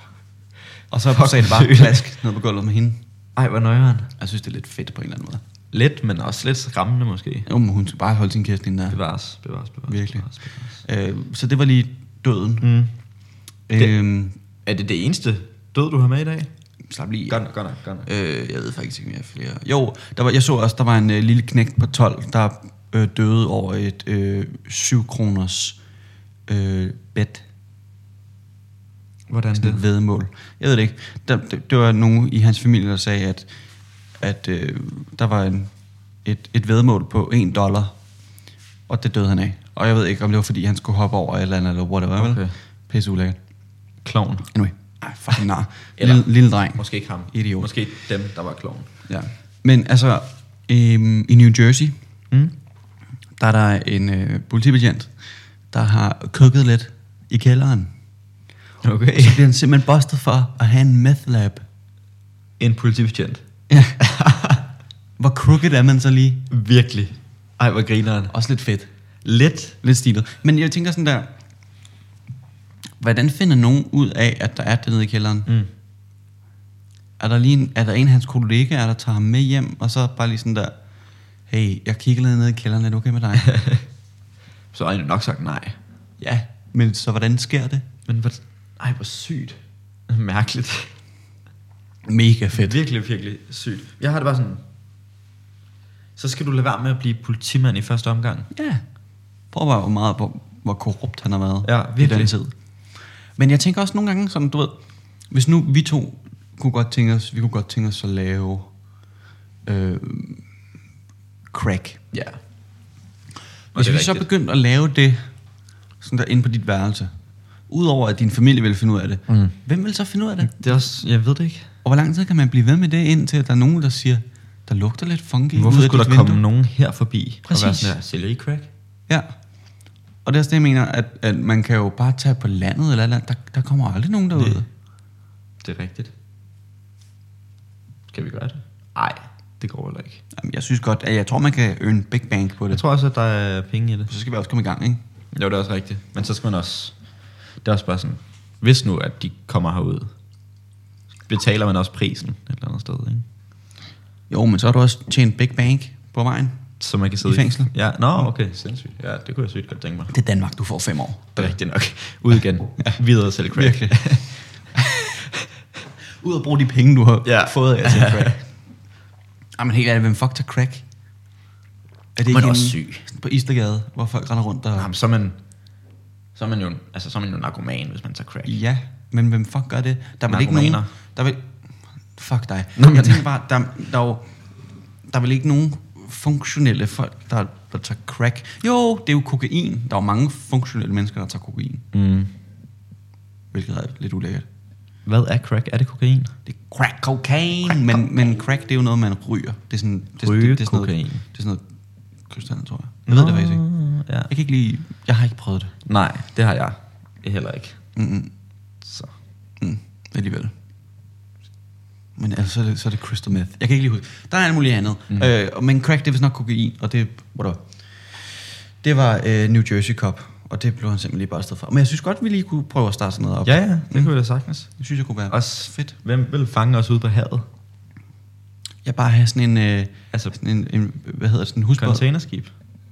Og så sagde det bare plask ned på gulvet med hende. Ej, hvor nøjeren. Jeg synes, det er lidt fedt på en eller anden måde. Lidt, men også lidt skræmmende måske. Jo, men hun skal bare holde sin kæft ind der. Bevares. Virkelig. Så det var lige døden. Er det det eneste død, du har med i dag? Slap lige. Gør nok. Jeg ved faktisk ikke mere flere. Jo, jeg så også, der var en lille knægt på 12, der døde over et 7 kroners bet. Hvordan det? Væddemål. Jeg ved det ikke. Det var nogen i hans familie, der sagde, at der var et væddemål på $1, og det døde han af. Og jeg ved ikke, om det var fordi, han skulle hoppe over et eller andet, eller whatever. Okay. Pisse ulækkert. Klovn. Anyway. Ej, fucking nar. Eller lille dreng. Måske ikke ham. Idiot. Måske dem, der var klovn. Ja. Men altså, i New Jersey, der er der en politibetjent, der har kukket lidt i kælderen. Okay. Og så bliver han simpelthen bustet for at have en meth lab. En politibetjent. Ja. Hvor crooked er man så lige? Virkelig. Ej, hvor grineren. Også lidt fedt. Lidt stilet. Men jeg tænker sådan der, hvordan finder nogen ud af, at der er det nede i kælderen? Er der en af hans kollegaer, der tager ham med hjem, og så bare lige sådan der, hey, jeg kigger lidt ned i kælderen, er det okay med dig? Så har jeg nok sagt nej. Ja, men så hvordan sker det? Men hvor sygt. Mærkeligt. Mega fedt. Virkelig sygt. Jeg har det bare sådan, så skal du lade være med at blive politimand i første omgang. Ja. Prøv at være hvor korrupt han har været. Ja, virkelig. I den tid. Men jeg tænker også nogle gange sådan, du ved, hvis nu vi to kunne godt tænke os at lave crack. Ja. Hvis vi så begyndte at lave det sådan der inde på dit værelse, udover at din familie vil finde ud af det, hvem vil så finde ud af det? Det er også, jeg ved det ikke. Og hvor lang tid kan man blive ved med det, indtil der er nogen, der siger, der lugter lidt funky. Hvorfor skulle der komme nogen her forbi? Præcis. Og være sådan der, sælger I crack? Ja. Og det er også det, jeg mener, at man kan jo bare tage på landet eller andet. Der kommer aldrig nogen derude. Det er rigtigt. Skal vi gøre det? Nej, det går heller ikke. Jamen, jeg synes godt, at jeg tror, man kan earn big bank på det. Jeg tror også, at der er penge i det. Så skal vi også komme i gang, ikke? Jo, det er også rigtigt. Men så skal man også... Det er også bare sådan... Hvis nu, at de kommer herud, betaler man også prisen et eller andet sted, ikke? Jo, men så har du også tjent big bank på vejen. Så man kan sidde i fængsel. Ja, okay, sindssygt. Ja, det kunne jeg sygt godt tænke mig. Det er Danmark, du får 5 år. Det er rigtigt nok. Ud igen. Ja. Videre til crack. Virkelig. Ud og bruge de penge, du har fået af til crack. Jamen helt ærligt, hvem fuck tager crack? Er det ikke også syg på Istergade, hvor folk render rundt og... Jamen, så er man jo narkoman, hvis man tager crack. Ja, men hvem fuck gør det? Der er vel ikke nogen... Fuck dig. Jeg tænker bare, der er vel ikke nogen funktionelle folk, der tager crack. Jo, det er jo kokain. Der er jo mange funktionelle mennesker, der tager kokain. hvilket er lidt ulækkert. Hvad er crack? Er det kokain? Det er crack cocaine, men crack, det er jo noget, man ryger. Det er sådan, det er sådan noget krystal, tror jeg. Jeg ved det faktisk ikke. Ja. Jeg har ikke prøvet det. Nej, det har jeg heller ikke. Så. Alligevel. Men altså, så er det crystal meth. Jeg kan ikke lige huske. Der er alt muligt andet. Men crack, det er vist nok kokain, og det var New Jersey Cop, og det blev han simpelthen lige bare afsted for. Men jeg synes godt, vi lige kunne prøve at starte sådan noget op. Ja, det kunne vi da sagtens. Det synes jeg kunne være også fedt. Hvem vil fange os ude på havet? Jeg bare have sådan en, sådan en hvad hedder det, sådan en husbåd. Containerskib.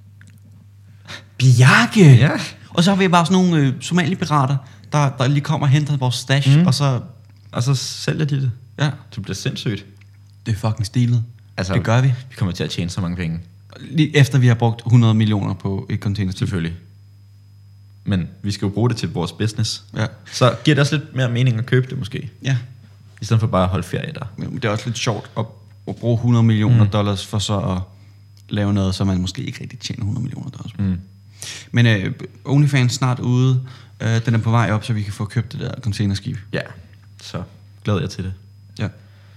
Bjarke! Ja. Og så har vi bare sådan nogle somalipirater, der lige kommer og henter vores stash, og så sælger de det. Ja. Det bliver sindssygt. Det er fucking stilet. Altså, det gør vi. Vi kommer til at tjene så mange penge. Lige efter vi har brugt 100 millioner på et containerskib. Selvfølgelig. Men vi skal jo bruge det til vores business. Ja. Så giver det også lidt mere mening at købe det måske. Ja. I stedet for bare at holde ferie der. Men det er også lidt sjovt at bruge 100 millioner dollars for så at lave noget, så man måske ikke rigtig tjener 100 millioner dollars. Men OnlyFans snart ude. Den er på vej op, så vi kan få købt det der containerskib. Ja, så glæder jeg til det. Ja.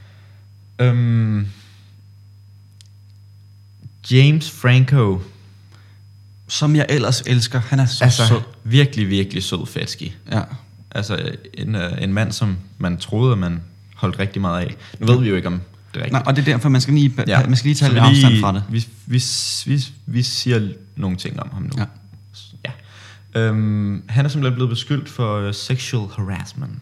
James Franco, som jeg ellers elsker. Han er så sød. Virkelig, virkelig sød fatski. Ja. Altså en mand, som man troede, man holdt rigtig meget af. Nu ved vi jo ikke, om det er rigtigt. Nej, og det er derfor, man skal lige tage lidt afstand fra det. Vi siger nogle ting om ham nu. Ja. Ja. Han er simpelthen blevet beskyldt for sexual harassment.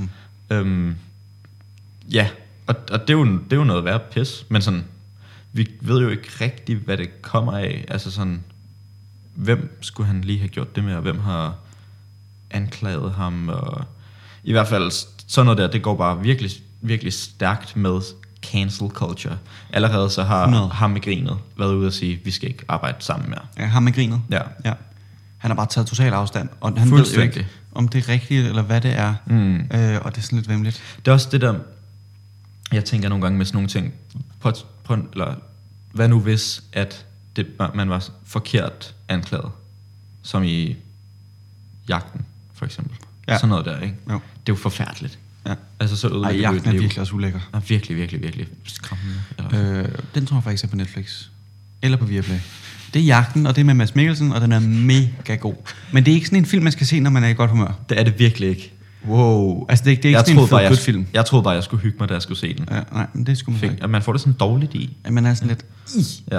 Ja, og det er jo noget værd pis, men sådan, vi ved jo ikke rigtigt, hvad det kommer af. Altså sådan, hvem skulle han lige have gjort det med, og hvem har anklaget ham, og i hvert fald sådan noget der, det går bare virkelig, virkelig stærkt med cancel culture. Allerede så har ham med grinet været ude og sige, vi skal ikke arbejde sammen mere. Ja, ham med grinet? Ja. Han har bare taget total afstand, og han ved jo ikke, om det er rigtigt, eller hvad det er. Og det er sådan lidt væmmeligt. Det er også det der, jeg tænker nogle gange med sådan nogle ting, eller hvad nu hvis, at man var forkert anklaget, som i Jagten, for eksempel. Ja. Sådan noget der, ikke? Jo. Det er jo forfærdeligt. Ja. Altså så ødelægger Jagten er virkelig også ulækker. Ja, virkelig, virkelig, virkelig skræmmende. Den tror jeg faktisk er på Netflix. Eller på Viaplay. Det er Jagten, og det er med Mads Mikkelsen, og den er mega god. Men det er ikke sådan en film, man skal se, når man er i godt humør. Det er det virkelig ikke. Wow. Altså det er ikke sådan en fed film. Jeg troede bare, jeg skulle hygge mig, da jeg skulle se den. Ja, nej, men det skulle man ikke. At man får det sådan dårligt i. Ja, man er sådan lidt... Ja.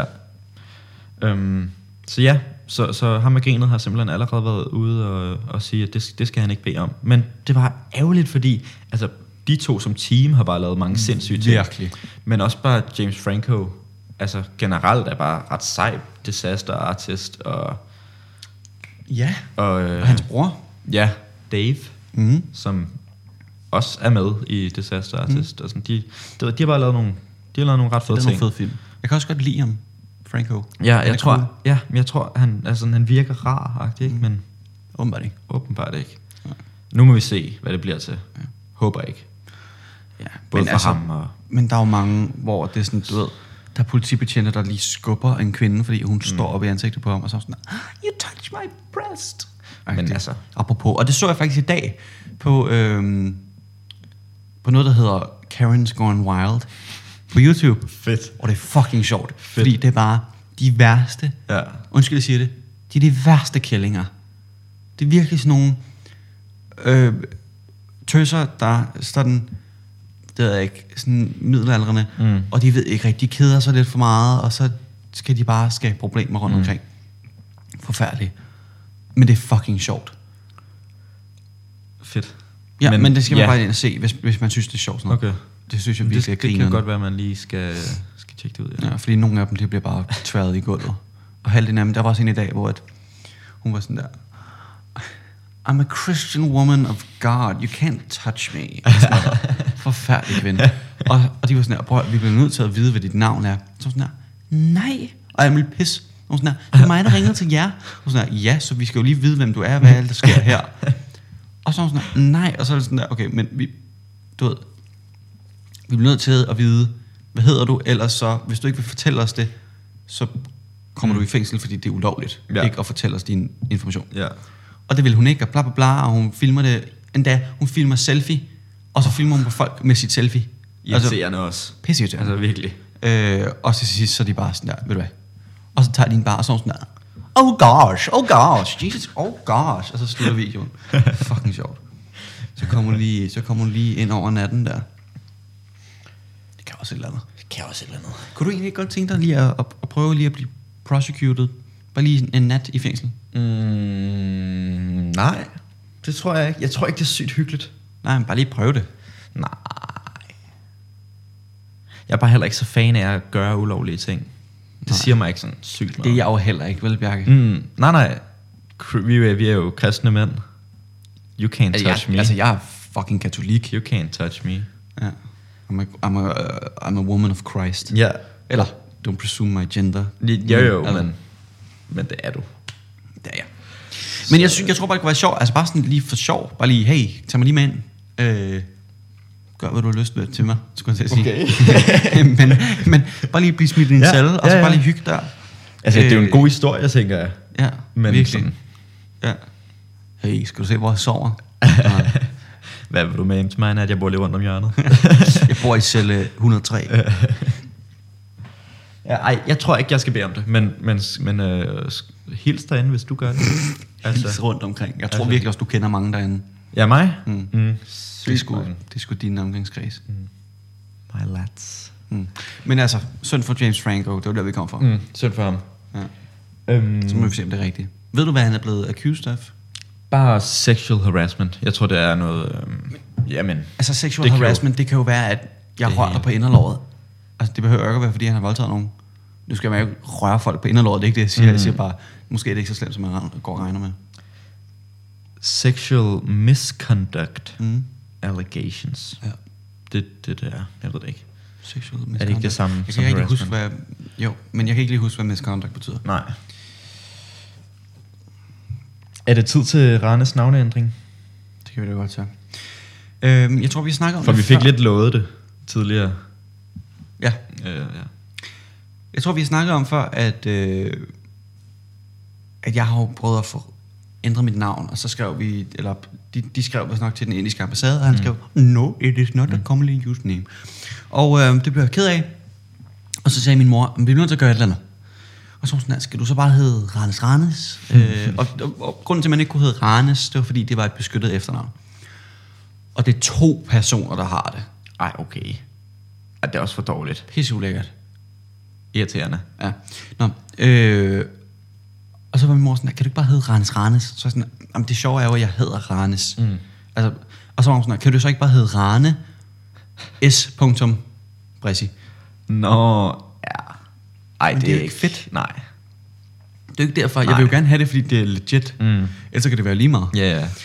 Så ja, så ham med grinet har simpelthen allerede været ude og sige, at det skal han ikke bede om. Men det var ærgerligt, fordi altså, de to som team har bare lavet mange sindssyge ting. Virkelig. Men også bare James Franco, altså generelt er bare ret sej disaster artist. Og hans bror. Ja, Dave, som også er med i Disaster Artist. Og sådan, de har bare lavet nogle ret fede ting. Det er nogle fede film. Jeg kan også godt lide ham, Franco. Ja, jeg tror han virker rar-agtig, ikke? Men åbenbart ikke. Ja. Nu må vi se, hvad det bliver til. Ja. Håber ikke. Ja, både for ham og... Men der er jo mange, hvor det er sådan, du ved, der er politibetjente, der lige skubber en kvinde, fordi hun står op i ansigtet på ham, og så sådan, you touch my breast. Men altså, apropos, og det så jeg faktisk i dag på noget, der hedder Karen's Gone Wild på YouTube. Fedt. Og det er fucking sjovt, fordi det er bare de værste, undskyld jeg siger det, de er de værste kællinger. Det er virkelig sådan nogle tøser, der sådan, det ved jeg ikke, sådan middelaldrende, og de ved ikke rigtigt, de keder sig lidt for meget, og så skal de bare skabe problemer rundt omkring. Forfærdeligt. Men det er fucking sjovt. Fedt. Ja, men det skal man bare ind og se, hvis man synes, det er sjovt sådan noget. Okay. Det synes jeg virkelig er grinerne. Det kan godt være, at man lige skal tjekke det ud. Ja, fordi nogle af dem, det bliver bare tværet i gulvet. Og halvdelen af dem, der var også en i dag, hvor hun var sådan der, I'm a Christian woman of God, you can't touch me. Forfærdelig kvinde. Og de var sådan der, prøv, vi bliver nødt til at vide, hvad dit navn er. Så sådan der, nej. Og jeg ville pisse. Og sådan der, det er mig, der ringede til jer. Og sådan der, ja, så vi skal jo lige vide, hvem du er, hvad alt der sker her. Og så sådan der, nej. Og så er det sådan der, okay, men vi bliver nødt til at vide, hvad hedder du, ellers så, hvis du ikke vil fortælle os det, så kommer du i fængsel, fordi det er ulovligt, ikke at fortælle os din information. Ja. Og det vil hun ikke, og bla bla bla, og hun filmer det endda, hun filmer selfie, og så filmer hun på folk med sit selfie. Irriterende også. Pisseirriterende. Altså virkelig. Og til sidst, så er de bare sådan der, ved du hvad? Og så tager de en bar, og sådan der, oh gosh, Jesus, oh gosh. Og så slutter videoen. Fucking sjovt. Så kommer hun lige ind over natten der. Det kan også et eller andet. Kunne du egentlig ikke godt tænke dig lige at prøve lige at blive prosecuted? Bare lige en nat i fængsel? Nej, det tror jeg ikke. Jeg tror ikke, det er sygt hyggeligt. Nej, men bare lige prøve det. Nej. Jeg er bare heller ikke så fan af at gøre ulovlige ting. Det siger mig ikke sådan sygt meget. Det er jeg jo heller ikke, vel, Bjarke? Nej. Vi er jo kristne mænd. You can't touch me. Altså, jeg er fucking katolik. You can't touch me. Ja. I'm a woman of Christ. Ja. Eller, don't presume my gender. Jo, men det er du. Det er jeg. Men jeg tror bare, det kunne være sjovt. Altså bare sådan lige for sjov. Bare lige, hey, tag mig lige med ind. Gør, hvad du har lyst med til mig, skulle jeg til at sige. Okay. men bare lige blive smidt i en celle, og så bare lige hygge der. Altså, det er jo en god historie, tænker jeg. Ja, men virkelig. Sådan. Ja. Hey, skal du se, hvor jeg sover? Hvad vil du med hjem til mig, at jeg bor lige rundt om hjørnet? Jeg bor i celle 103. Jeg tror ikke, jeg skal bede om det, men hils derinde, hvis du gør det. Hils rundt omkring. Jeg tror virkelig også, du kender mange derinde. Ja, mig? Det er sgu din omgangskreds. My lads. Men altså, synd for James Franco, det var der, vi kom fra. Synd for ham. Ja. Så må vi se, om det er rigtigt. Ved du, hvad han er blevet accused af? Bare sexual harassment. Jeg tror, det er noget... jamen... Altså, sexual harassment, det kan jo være, at jeg rører dig på inderlåret. Altså, det behøver ikke at være, fordi han har voldtaget nogen. Nu skal man jo ikke røre folk på inderlåret, det er ikke det, jeg siger. Jeg siger bare, måske er det ikke så slemt, som man går og regner med. Sexual misconduct allegations. Ja. Det er, jeg ved det ikke. Sexual misconduct. Er det ikke det samme jeg kan ikke huske, men jeg kan ikke lige huske, hvad misconduct betyder. Nej. Er det tid til Ranes navneændring? Det kan vi da godt tage. Jeg tror, vi snakker om for det vi fik før. lidt lovet det tidligere. Ja. Ja. Jeg tror, vi snakkede om før, at jeg har jo prøvet at få ændret mit navn, og så skrev vi, eller de skrev vist nok til den indiske ambassade, og han skrev, no, it is not a commonly used name. Og det blev jeg ked af, og så sagde min mor, vi bliver nødt til at gøre et eller andet. Og så sådan, skal du så bare hedde Ranes? Og grunden til, at man ikke kunne hedde Ranes, det var fordi, det var et beskyttet efternavn. Og det er 2 personer, der har det. Ej, okay. Det er også for dårligt. Pisse ulækkert. Irriterende. Ja. Nå, og så var min mor sådan, kan du ikke bare hedde Ranes? Så sådan, jamen det sjove er jo, at jeg hedder Ranes. Altså, og så var hun sådan, kan du så ikke bare hedde Rane S. Bressi? Nå, ja. Ej, det er ikke fedt. Nej. Det er ikke derfor. Jeg vil jo gerne have det, fordi det er legit. Ellers kan det være lige meget. Ja, yeah.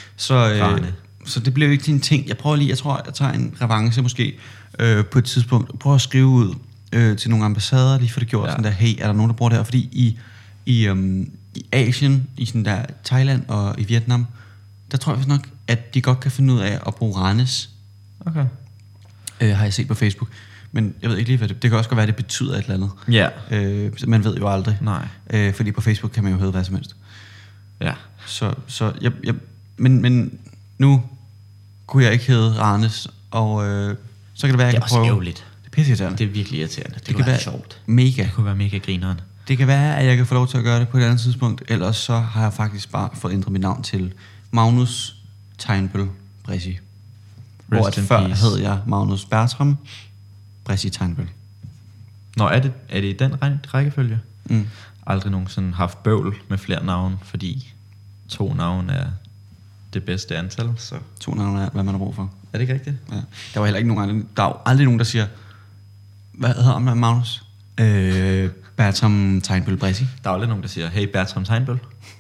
Så det blev ikke til en ting. Jeg tror, jeg tager en revanche måske på et tidspunkt. Prøv at skrive ud til nogle ambassader, lige for det gjort sådan der, hey, er der nogen, der bruger det her? Fordi i Asien, i sådan der Thailand og i Vietnam, der tror jeg nok, at de godt kan finde ud af at bruge Ranes. Okay. Har jeg set på Facebook. Men jeg ved ikke lige, hvad det kan også godt være, at det betyder et eller andet. Ja. Man ved jo aldrig. Nej. Fordi på Facebook kan man jo hedde hvad som helst. Ja. Så men nu kunne jeg ikke hedde Ranes, og så kan det være, at jeg kan prøve. Det er også ærgerligt. Det er pisseirriterende. Det er virkelig irriterende. Det kan være sjovt. Mega. Det kunne være mega grineren. Det kan være, at jeg kan få lov til at gøre det på et andet tidspunkt, ellers så har jeg faktisk bare fået ændret mit navn til Magnus Teinbøl Bressi. Hvor at før hed jeg Magnus Bertram Bressi Teinbøl. Nå, er det i den rækkefølge? Aldrig nogensinde haft bøvl med flere navne, fordi 2 navne er det bedste antal. Så 2 navne er, hvad man har brug for. Er det ikke rigtigt? Ja. Der var heller ikke nogen der er jo aldrig nogen, der siger, hvad hedder man, Magnus? Bertram Teinbøl Bressi. Der er aldrig nogen, der siger, hey Bertram Teinbøl.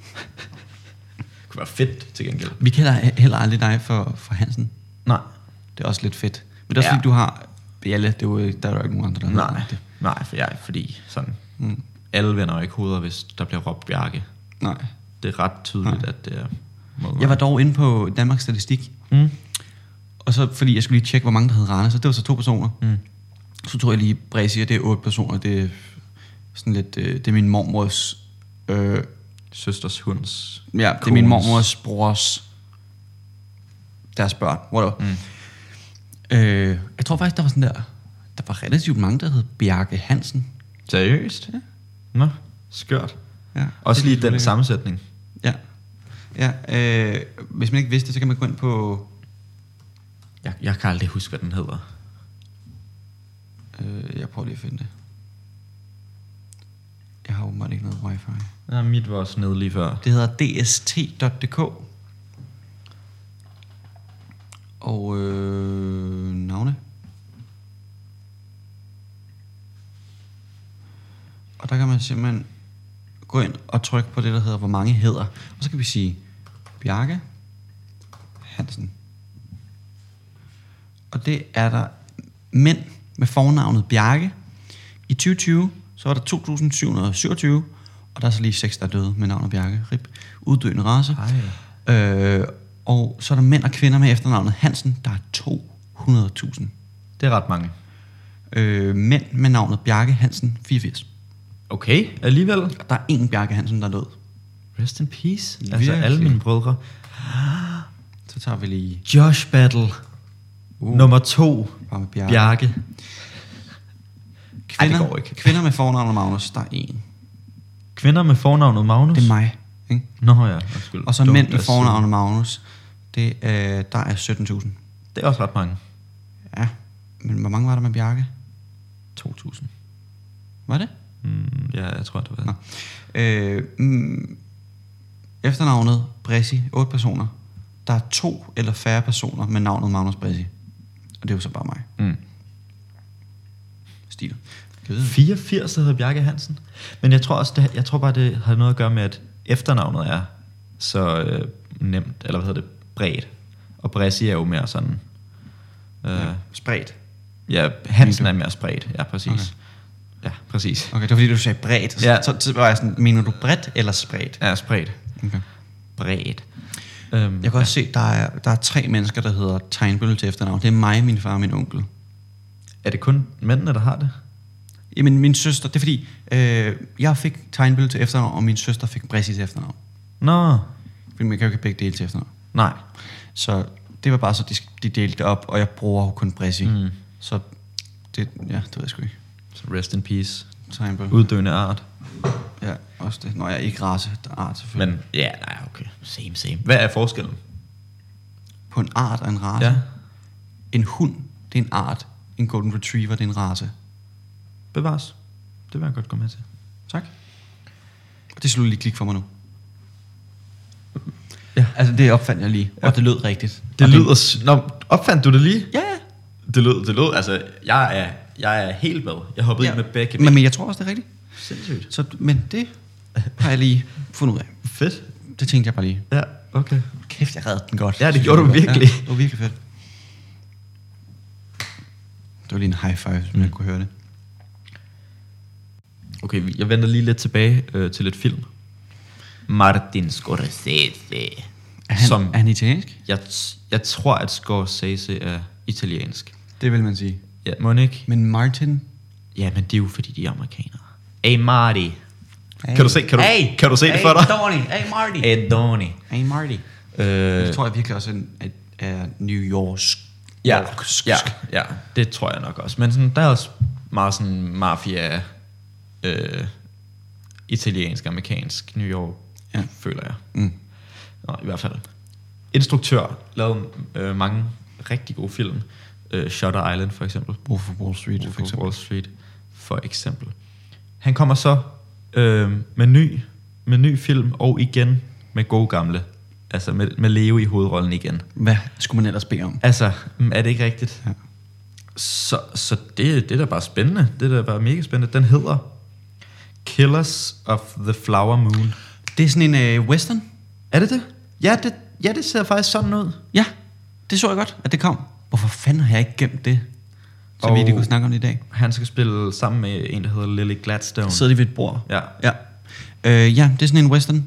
Det kunne være fedt til gengæld. Vi kalder heller aldrig dig for Hansen. Nej. Det er også lidt fedt. Men det er også fordi, du har Bjalle, der er jo ikke nogen andre, der nej, det. Nej, fordi sådan, alle vender jo ikke hoveder, hvis der bliver råbt Bjarke. Nej. Det er ret tydeligt, at det er... Jeg var dog inde på Danmarks Statistik, og så fordi jeg skulle lige tjekke, hvor mange der hed Rane, så det var så 2 personer. Så tror jeg lige, Bressi, det er 8 personer, det er sådan lidt, det er min mormors... søsters hunds... Ja, det er min mormors brors deres børn. Jeg tror faktisk, der var relativt mange, der hed Bjarke Hansen. Seriøst? Ja. Nå, skørt. Ja, også lige den sammensætning. Ja, hvis man ikke vidste det, så kan man gå ind på... Jeg kan aldrig huske, hvad den hedder. Jeg prøver lige at finde det. Jeg har åbenbart ikke noget wifi. Ja, mit var også nede lige før. Det hedder dst.dk. Og navne. Og der kan man simpelthen gå ind og trykke på det, der hedder, hvor mange hedder. Og så kan vi sige Bjarke Hansen. Og det er der mænd med fornavnet Bjarke. I 2020, så var der 2.727, og der er så lige 6, der er døde med navnet Bjarke. Rip. Uddøende race. Og så er der mænd og kvinder med efternavnet Hansen, der er 200.000. Det er ret mange. Mænd med navnet Bjarke Hansen, 84. Okay, alligevel. Der er en Bjarke Hansen, der er død. Rest in peace. Virkelig. Altså alle mine brødre. Så tager vi lige Josh Battle. Nummer 2. bare med Bjarke. Bjarke. Kvinder, det går ikke. Kvinder med fornavnet Magnus, der er en. Kvinder med fornavnet Magnus? Det er mig. Ikke? Nå ja, undskyld. Og så mænd med fornavnet Magnus, der er 17.000. Det er også ret mange. Ja, men hvor mange var der med Bjarke? 2.000. Var det? Ja, jeg tror, det var det. Efternavnet Bressi, 8 personer. Der er 2 eller færre personer med navnet Magnus Bressi. Og det er jo så bare mig. Stil. 84 hedder Bjarke Hansen. Men jeg tror også, jeg tror bare, det har noget at gøre med, at efternavnet er så nemt, eller hvad hedder det, bredt. Og Bressi er jo mere sådan... spredt. Ja, Hansen er mere spredt. Ja, præcis. Okay. Ja, præcis. Okay, det var fordi, du sagde bredt. Ja. Så var jeg sådan, mener du bredt eller spredt? Ja, spredt. Okay. Bredt. Jeg kan også se, der er 3 mennesker, der hedder Tegnbølle til efternavn. Det er mig, min far og min onkel. Er det kun mændene, der har det? Jamen, min søster, det er fordi, jeg fik Tegnbølle til efternavn, og min søster fik Bressi til efternavn. Nå. Fordi man kan jo ikke begge dele til efternavn. Nej. Så det var bare så, de delte det op, og jeg bruger jo kun Bressi. Så det ved jeg sgu ikke. Så rest in peace. Tegnbølle. Uddøende art. Ja, også det. Nå, jeg er ikke race, der er art selvfølgelig. Men ja, nej, okay. Same. Hvad er forskellen? På en art og en race? Ja. En hund, det er en art. En golden retriever, det er en race. Bevares. Det vil jeg godt gå med til. Tak. Og det slutter lige klik for mig nu. Ja. Altså, det opfandt jeg lige, og det lød rigtigt. Det lyder... Nå, opfandt du det lige? Ja. Det lød, altså, jeg er helt med. Jeg hoppede ind med begge. Men jeg tror også, det er rigtigt. Sindssygt. Så, men det har jeg lige fundet ud af. Fedt. Det tænkte jeg bare lige. Ja, okay. Kæft, jeg reddede den godt. Ja, det gjorde du virkelig. Ja, det var virkelig fedt. Det var lige en high five, hvis jeg kunne høre det. Okay, jeg vender lige lidt tilbage til lidt film. Martin Scorsese. Er han italiensk? Jeg tror, at Scorsese er italiensk. Det vil man sige. Ja, må ikke? Men Martin? Ja, men det er jo fordi, de er amerikanere. Hey Marty. Hey. Kan du se det for dig? Hey Marty. Hey Donny. Hey Marty. Jeg tror jeg virkelig også er New York. Ja, det tror jeg nok også. Men sådan, der er også meget sådan mafia, italiensk, amerikansk, New York, føler jeg. Nå, i hvert fald. Instruktør, lavede mange rigtig gode film. Shutter Island for eksempel. Wolf of Wall Street for eksempel. Han kommer så med ny film, og igen med gode gamle. Altså med Leo i hovedrollen igen. Hvad skulle man ellers bede om? Altså, er det ikke rigtigt? Ja. Så det er da bare spændende. Det er da bare mega spændende. Den hedder Killers of the Flower Moon. Det er sådan en western. Er det det? Ja, det ser faktisk sådan ud. Ja, det så jeg godt, at det kom. Hvorfor fanden har jeg ikke gemt det? Så vi lige kunne snakke om det i dag. Han skal spille sammen med en, der hedder Lily Gladstone. Sidder de ved et bord? Ja. Ja, det er sådan en western.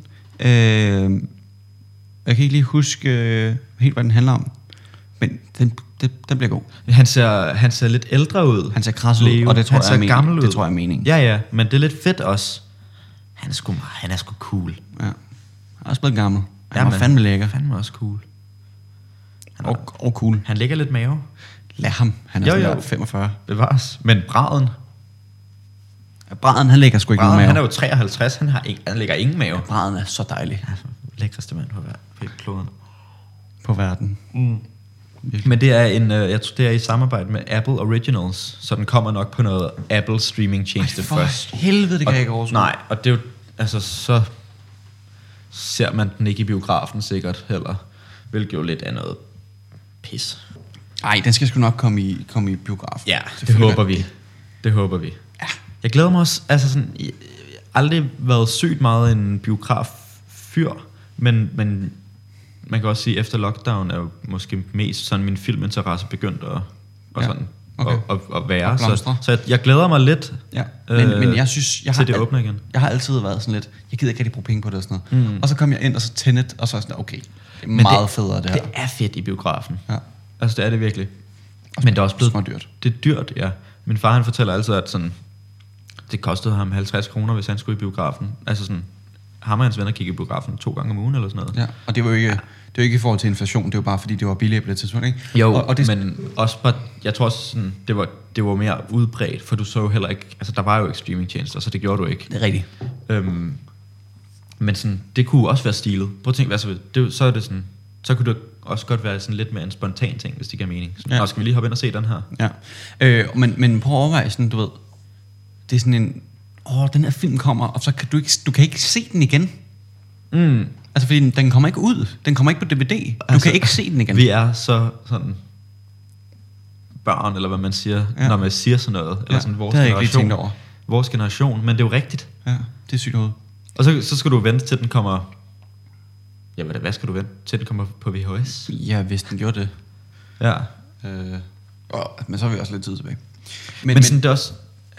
Jeg kan ikke lige huske helt, hvad den handler om. Men den bliver god. Han ser lidt ældre ud. Han ser krads ud, og det tror jeg er gammel ud. Det tror jeg er meningen. Ja, men det er lidt fedt også. Han er sgu cool. Ja. Han er også blevet gammel. Han var fandme lækker. Fandme også cool. Og cool. Han ligger lidt mave. Lad ham. Han er sådan 45. Bevares. Men Braden... Braden, han ligger sgu ikke nogen mave. Han er jo 53, han ligger ingen mave. Braden er så dejlig. Altså, lækreste mand på kloden. På verden. Men det er jeg tror det er i samarbejde med Apple Originals, så den kommer nok på noget Apple streaming tjeneste først. For helvede, det kan jeg ikke overskue. Nej, og det er jo, altså så ser man den ikke i biografen sikkert heller, hvilket jo lidt er noget pis. Nej, den skal sgu nok komme i biografen. Ja, det håber vi. Det håber vi. Ja. Jeg glæder mig også, altså sådan, jeg har aldrig været sygt meget en biograf-fyr, men man kan også sige, efter lockdown er jo måske mest sådan min filminteresse begyndt at sådan at være. Så jeg glæder mig lidt men jeg synes, til det åbner igen. Jeg har altid været sådan lidt, jeg gider ikke rigtig bruge penge på det og sådan noget. Og så kom jeg ind, og så Tenet, og så sådan, okay, det er meget federe det her. Det er fedt i biografen. Ja. Altså det er det virkelig. Men det er også blevet dyrt. Det er dyrt, ja. Min far han fortæller altid, at sådan, det kostede ham 50 kroner, hvis han skulle i biografen. Altså sådan, ham og hans venner gik i biografen 2 gange om ugen eller sådan noget. Ja, og det var jo ikke... Det er jo ikke i forhold til inflation, det var bare fordi, det var billigere på det tidspunkt, ikke? Jo, og det, men også bare, jeg tror også sådan, det var mere udbredt, for du så jo heller ikke, altså der var jo ikke streamingtjenester, så det gjorde du ikke. Det er rigtigt. Men sådan, det kunne også være stilet. Prøv at tænke, altså, så er det sådan, så kunne det også godt være sådan lidt mere en spontan ting, hvis det giver mening. Sådan, skal vi lige hoppe ind og se den her? Ja, men prøv at overveje sådan, du ved, det er sådan en, den her film kommer, og så kan du kan ikke se den igen. Altså fordi den kommer ikke ud. Den kommer ikke på DVD. Du kan ikke se den igen. Vi er så sådan børn, eller hvad man siger, når man siger sådan noget. Eller sådan vores generation. Over. Vores generation, men det er jo rigtigt. Ja, det er sygt ud. Og så skal du vente til den kommer... Ja, hvad skal du vente til den kommer på VHS? Ja, hvis den gjorde det. Ja. Men så har vi også lidt tid tilbage. Men sådan det er også...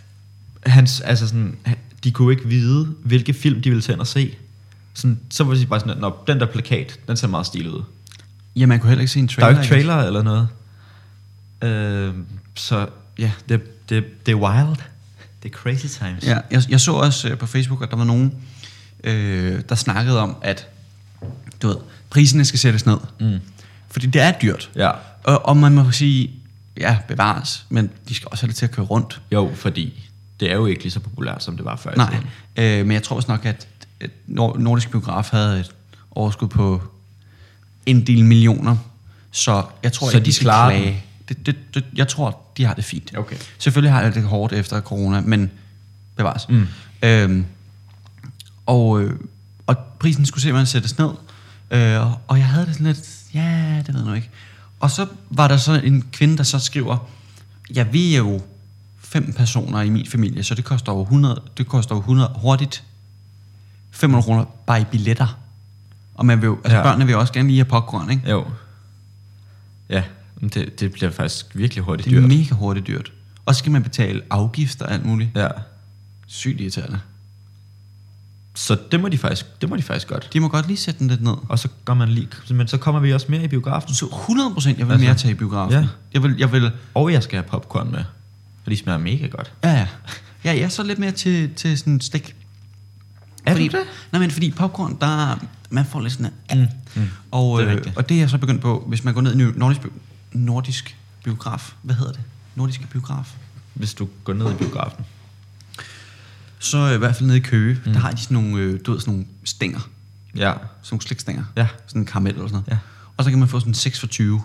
Altså sådan, de kunne ikke vide, hvilke film de ville tage ind og se. Sådan, så var det bare sådan, at den der plakat, den ser meget stilet ud. Ja, man kunne heller ikke se en trailer. Der er jo ikke trailer eller noget. Så ja, det er wild. Det er crazy times. Ja, jeg så også på Facebook, at der var nogen, der snakkede om, at du ved, priserne skal sættes ned. Fordi det er dyrt. Ja. Og man må sige, ja, bevares, men de skal også have det til at køre rundt. Jo, fordi det er jo ikke lige så populært, som det var før. Nej, men jeg tror også nok, at Nordisk Biograf havde et overskud på en del millioner, så jeg tror ikke, de skal klage. Jeg tror, de har det fint. Okay. Selvfølgelig har det hårdt efter corona, men bevares. Og prisen skulle simpelthen sættes ned, og jeg havde det sådan lidt, ja, det ved jeg nu ikke. Og så var der så en kvinde, der så skriver, ja, vi er jo 5 personer i min familie, så det koster jo 100 hurtigt 500 kroner bare i billetter. Og man vil jo, altså børnene vil jo også gerne lige have popcorn, ikke? Jo. Ja, det bliver faktisk virkelig hurtigt dyrt. Det er mega hurtigt dyrt. Og så skal man betale afgifter og alt muligt. Ja. Sygt irriterende. Så det må de faktisk godt. De må godt lige sætte den lidt ned. Og så går man lige, men så kommer vi også mere i biografen. Så 100% jeg vil mere tage i biografen. Ja. Jeg vil. Og jeg skal have popcorn med. For de smager mega godt. Ja, jeg er så lidt mere til sådan stik. Er det? Nej, men fordi popcorn, man får lidt sådan og det er jeg så begyndt på, hvis man går ned i nordisk biograf. Hvad hedder det? Nordiske biograf. Hvis du går ned i biografen. Så i hvert fald nede i Køge, der har de sådan nogle, sådan nogle stænger. Ja. Sådan nogle slikstænger. Ja. Sådan en karamel eller sådan noget. Ja. Og så kan man få sådan 6 for 20.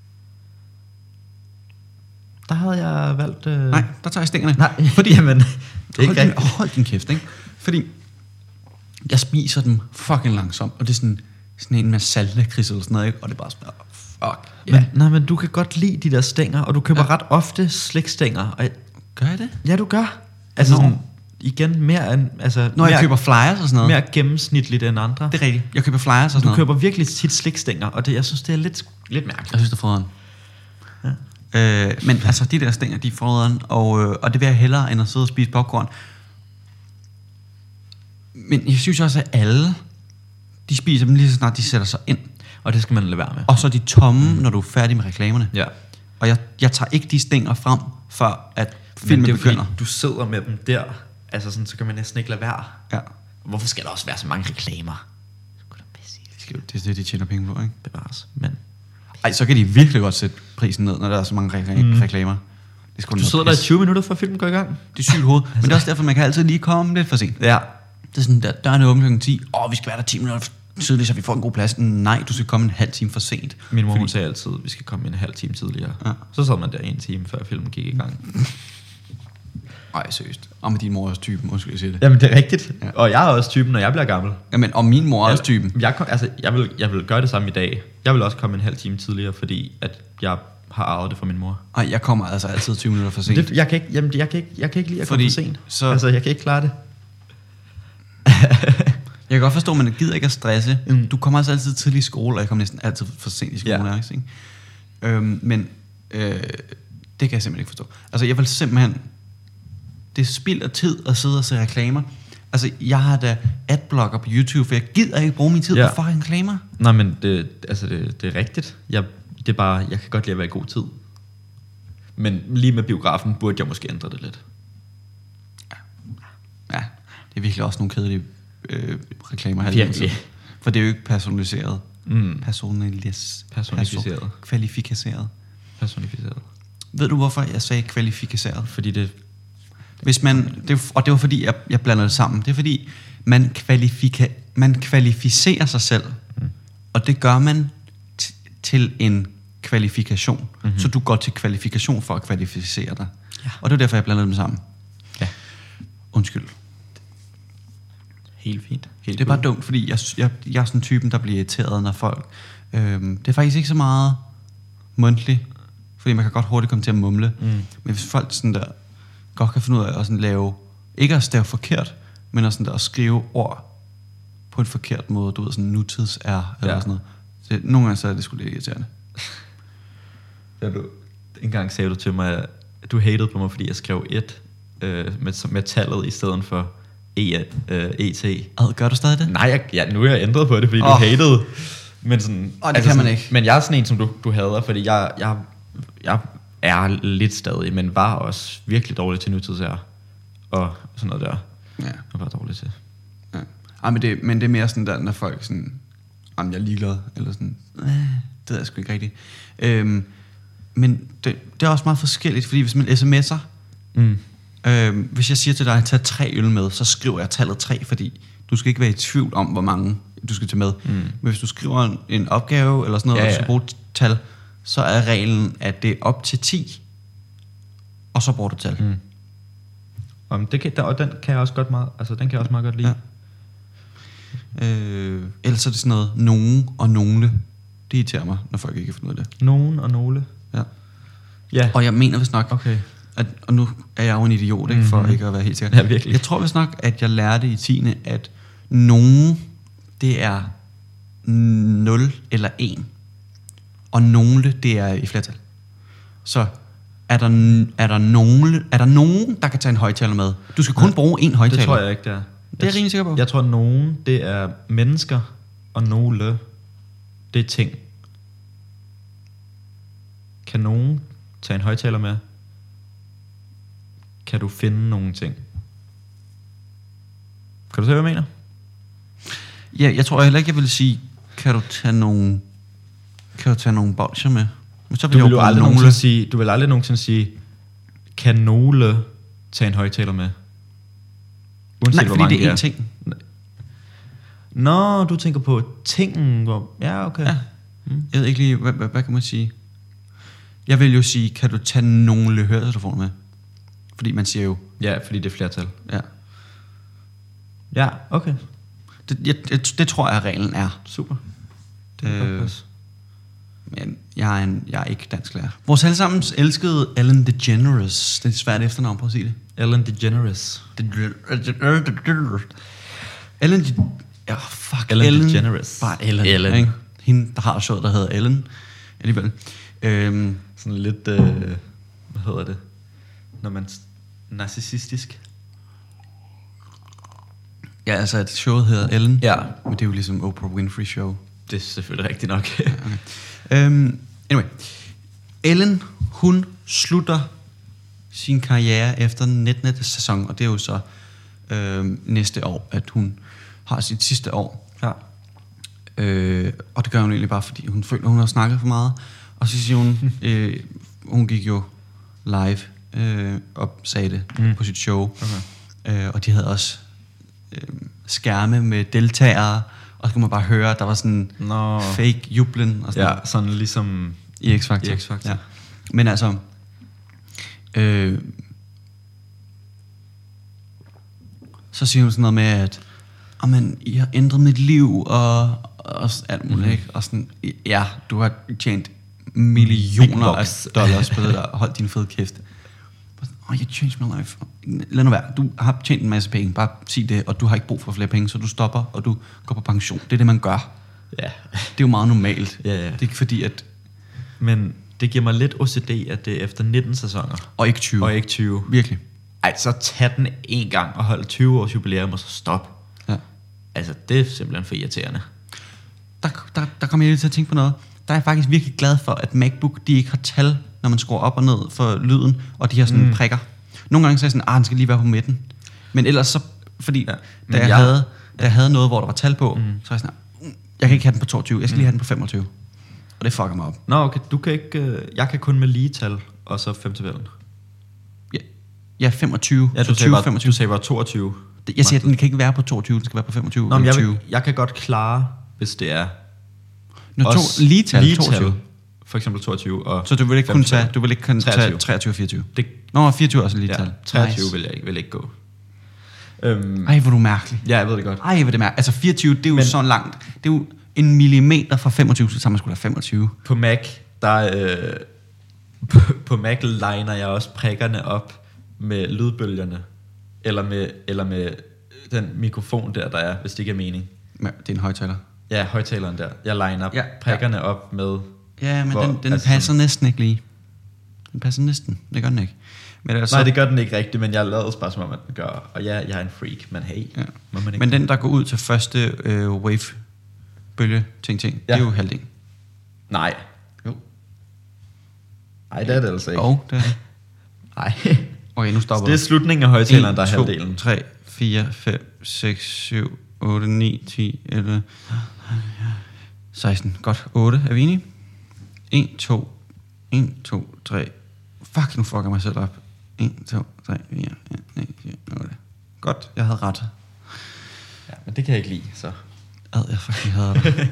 Der havde jeg valgt... Nej, der tager jeg stængerne. Nej, fordi jamen... Det er ikke rigtigt. Hold din kæft, ikke? Fordi jeg spiser dem fucking langsomt, og det er sådan en med saltlakrids eller sådan noget, ikke? Og det er bare sådan, fuck. Yeah. Men du kan godt lide de der stænger, og du køber ret ofte slikstænger. Og gør jeg det? Ja, du gør. Altså sådan, igen, mere end... Altså, når jeg køber flyers og sådan noget. Mere gennemsnitligt end andre. Det er rigtigt. Jeg køber flyers og sådan noget. Du køber virkelig tit slikstænger, og jeg synes, det er lidt mærkeligt. Jeg synes, det er froderen. Ja. Men altså, de der stænger, de er froderen, og det vil jeg hellere, end at sidde og spise popcorn. Men jeg synes også, at alle, de spiser dem lige så snart de sætter sig ind. Og det skal man lade være med. Og så er de tomme, når du er færdig med reklamerne. Ja. Og jeg tager ikke de stænger frem, før at filmen begynder. Du sidder med dem der, altså sådan, så kan man næsten ikke lade være. Ja. Hvorfor skal der også være så mange reklamer? Det er det, de tjener penge på, ikke? Bevares, men... Ej, så kan de virkelig godt sætte prisen ned, når der er så mange reklamer. Det du sidder der i 20 minutter, før filmen går i gang. Det er sygt hoved. Men det er også derfor, man kan altid lige komme lidt for sent. Ja. Det er sådan, døren er åben klokken 10. Vi skal være der 10 minutter tidligt, så vi får en god plads. Nej, du skal komme en halv time for sent. Min mor, hun sagde altid, vi skal komme en halv time tidligere. Ja. Så sad man der 1 time, før filmen gik i gang. Ej, seriøst. Og med din mor er også typen, måske jeg sige det. Jamen, det er rigtigt. Ja. Og jeg er også typen, når jeg bliver gammel. Jamen, og min mor er også typen. Jeg vil gøre det samme i dag. Jeg vil også komme en halv time tidligere, fordi at jeg har arvet det fra min mor. Ej, jeg kommer altså altid 20 minutter for sent. Jeg kan ikke lide at komme for sent. Altså, jeg kan ikke klare det. Jeg kan godt forstå, at man gider ikke at stresse. Du kommer altså altid tidligt i skole, og jeg kommer næsten altid for sent i skole. Ja. Ikke? Men det kan jeg simpelthen ikke forstå. Altså, jeg vil simpelthen... Det spilder tid at sidde og se reklamer. Altså, jeg har da adblocker på YouTube, for jeg gider ikke bruge min tid på fucking reklamer. Nej, men det er rigtigt. Jeg kan godt lide at være i god tid. Men lige med biografen burde jeg måske ændre det lidt. Ja, det er virkelig også nogle kedelige reklamer her. Virkelig. For det er jo ikke personaliseret. Personificeret. Kvalificeret. Personificeret. Ved du, hvorfor jeg sagde kvalificeret? Fordi det... Hvis man, og det var fordi, jeg blander det sammen. Det er fordi, man kvalificerer sig selv. Og det gør man til en kvalifikation. Mm-hmm. Så du går til kvalifikation for at kvalificere dig. Ja. Og det er derfor, jeg blander dem sammen. Ja. Undskyld. Helt fint. Det er bare dumt, fordi jeg er sådan en typen, der bliver irriteret, når folk... det er faktisk ikke så meget mundtligt, fordi man kan godt hurtigt komme til at mumle. Men hvis folk sådan der godt kan finde ud af at sådan lave... Ikke at stave forkert, men at, sådan der, at skrive ord på en forkert måde. Du ved, sådan nutids er eller sådan noget. Så nogle gange så er det sgu lidt irriterende. En gang sagde du til mig, at du hatede på mig, fordi jeg skrev med tallet i stedet for ET. Gør du stadig det? Nej, nu er jeg ændret på det, fordi du hatede. Men sådan, det kan man ikke. Men jeg er sådan en, som du hader, fordi jeg er lidt stadig, men var også virkelig dårlig til nutidsær. Og sådan noget der. Ja. Jeg var dårlig til. Ja. Men det er mere sådan der, når folk sådan, jeg er ligeglad, eller sådan, det er sgu ikke rigtigt. Men det er også meget forskelligt, fordi hvis man sms'er, hvis jeg siger til dig, at tage 3 øl med, så skriver jeg tallet 3, fordi du skal ikke være i tvivl om, hvor mange du skal tage med. Men hvis du skriver en opgave, eller sådan noget, og du skal bruge tal, så er reglen, at det er op til 10, og så bruger du tal. Og den kan jeg også godt meget, altså den kan jeg også meget godt lide. Ja. Ellers er det sådan noget, nogen og nogle. Det irriterer mig, når folk ikke kan finde ud af det. Nogen og nogle. Ja. Og jeg mener vist nok, okay. Og nu er jeg jo en idiot, ikke, for ikke at være helt sikker. Ja, virkelig. Jeg tror vist nok, at jeg lærte i 10. at nogen, det er 0 eller 1. Og nogle, det er i flertal. Så er der nogen, der kan tage en højtaler med? Du skal kun bruge en højtaler. Det tror jeg ikke, det er. Det er jeg rimelig sikker på. Jeg tror, nogen, det er mennesker, og nogle, det er ting. Kan nogen tage en højtaler med? Kan du finde nogle ting? Kan du se, hvad jeg mener? Ja, jeg tror heller ikke, jeg vil sige, kan du tage nogle bolcher med? Men så vil du vil aldrig nogensinde sige, kan nogle tage en højtaler med? Uanset hvor mange det er en ting. Nå, du tænker på tingen. Ja, okay. Ja. Jeg ved ikke lige, hvad kan man sige? Jeg vil jo sige, kan du tage nogle høretelefoner med? Fordi man siger jo... Ja, fordi det er flertal. Ja. Ja, okay. Det tror jeg, reglen er. Super. Men jeg er ikke dansklærer. Vores allesammens elskede Ellen DeGeneres. Det er svært efternavn, prøv at sige det. Ellen DeGeneres. Ellen DeGeneres. Bare Ellen. Ikke? Hende, der har showet, der hedder Ellen. Alligevel. Sådan lidt, hvad hedder det? Når man narcissistisk. Ja, altså et show hedder Ellen. Ja. Men det er jo ligesom Oprah Winfrey show. Det er selvfølgelig rigtigt nok. Okay. Anyway. Ellen, hun slutter sin karriere efter 19. sæson, og det er jo så næste år, at hun har sit sidste år. Ja. Og det gør hun egentlig bare, fordi hun føler, hun har snakket for meget. Og så siger hun, hun gik jo live og sagde det på sit show. Okay. Og de havde også skærme med deltagere, og så kunne man bare høre, at der var sådan fake jublen. Og sådan ja, sådan ligesom i X-Factor. Ja. Men altså, så siger hun sådan noget med, at I har ændret mit liv, og alt muligt, ikke? Og sådan, ja, du har tjent millioner af dollars på det der, hold din fede kæft. You changed my life. Lad nu være, du har tjent en masse penge, bare sig det, og du har ikke brug for flere penge, så du stopper, og du går på pension. Det er det, man gør. Ja. Det er jo meget normalt. Ja. Det er ikke fordi, at... Men det giver mig lidt OCD, at det er efter 19 sæsoner. Og ikke 20. Virkelig. Ej, så tag den en gang og hold 20 års jubilæum, og så stop. Ja. Altså, det er simpelthen for irriterende. Der kommer jeg lige til at tænke på noget. Der er jeg faktisk virkelig glad for, at MacBook, de ikke har tal, når man skruer op og ned for lyden, og de har sådan prikker. Nogle gange så er jeg sådan, den skal lige være på midten. Men ellers så, fordi da jeg havde noget, hvor der var tal på, så er jeg sådan, jeg kan ikke have den på 22, jeg skal lige have den på 25. Og det fucker mig op. Nå, okay, du kan ikke, jeg kan kun med lige tal, og så 5-tabellen. Ja, 25. Ja, du sagde bare 22. Jeg siger, at den kan ikke være på 22, den skal være på 25. Nå, men jeg kan godt klare, hvis det er lige tal 22. For eksempel 22 og så du vil ikke kunne tage 23 og 24. Nå, 24 er også lige tal. 23 vil ikke gå. Ej, hvor du mærkelig. Ja, jeg ved det godt. Ej, hvor det mærkeligt. Altså 24, det er jo så langt. Det er jo en millimeter fra 25, så tager man sgu da 25. På Mac, på Mac liner jeg også prikkerne op med lydbølgerne. Eller med den mikrofon der er, hvis det ikke er mening. Ja, det er en højtaler. Ja, højtaleren der. Jeg liner prikkerne op med... Ja, men den passer næsten ikke lige. Den passer næsten. Det gør den ikke. Men altså, nej, det gør den ikke rigtigt, men jeg lavede bare som om, at den gør. Og jeg er en freak, men hey. Ja. Men den, der går ud til første wave-bølge, ting, det er jo halvdelen. Nej. Jo. Nej, det er det altså ikke. Det er det. Nej. Okay, nu stopper det er slutningen af højtaleren, der er halvdelen. 1, 2, 3, 4, 5, 6, 7, 8, 9, 10, 11, 16. Godt. 8. Er vi enige? 1, 2, 3. Fuck, nu fucker mig selv op. 1, 2, 3, 4, 5, 6, 7, 8. Godt, jeg havde ret. Ja, men det kan jeg ikke lide, så. Jeg fucking hader det.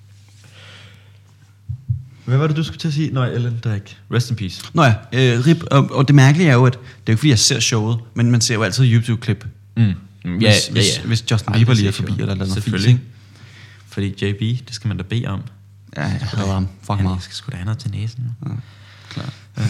Hvad var det, du skulle til at sige? Nå, Ellen Drik. Rest in peace. Nå ja, RIP. Og det mærkelige er jo, at det er jo ikke fordi, jeg ser showet, men man ser jo altid YouTube-klip. Hvis Justin Bieber lige er forbi, eller noget selvfølgelig. Fis, fordi JB, det skal man da bede om. Ja, jeg hader ham. Fuck meget. Jeg skal sgu da have noget til næsen. Ja, klar.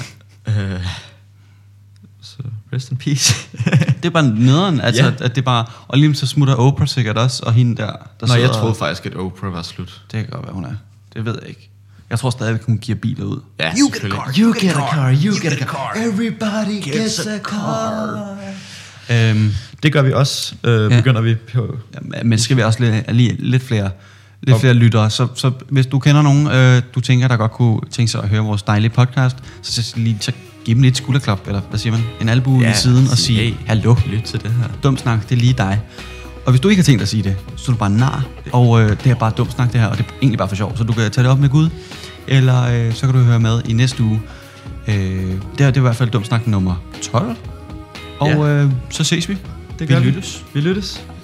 Så rest in peace. Det er bare nederen, altså, at det bare... Og lige så smutter Oprah sikkert også, og hende der sidder... jeg troede faktisk, at Oprah var slut. Det kan godt være, hun er. Det ved jeg ikke. Jeg tror stadig, at hun giver biler ud. Ja, you get a car, you get a car, you get a car. Everybody gets a car. Det gør vi også, begynder vi på. Ja, men skal vi også lidt flere lyttere. Så hvis du kender nogen, du tænker, der godt kunne tænke sig at høre vores dejlige podcast, så giv dem lidt skulderklap, eller hvad siger man? En albu i siden og sige, hey, hallo, lyt til det her. Dum snak, det er lige dig. Og hvis du ikke har tænkt at sige det, så er du bare nar, og det er bare dum snak det her, og det er egentlig bare for sjov. Så du kan tage det op med Gud, eller så kan du høre med i næste uge. Det er i hvert fald dum snak nummer 12. Og så ses vi. Vi lyttes.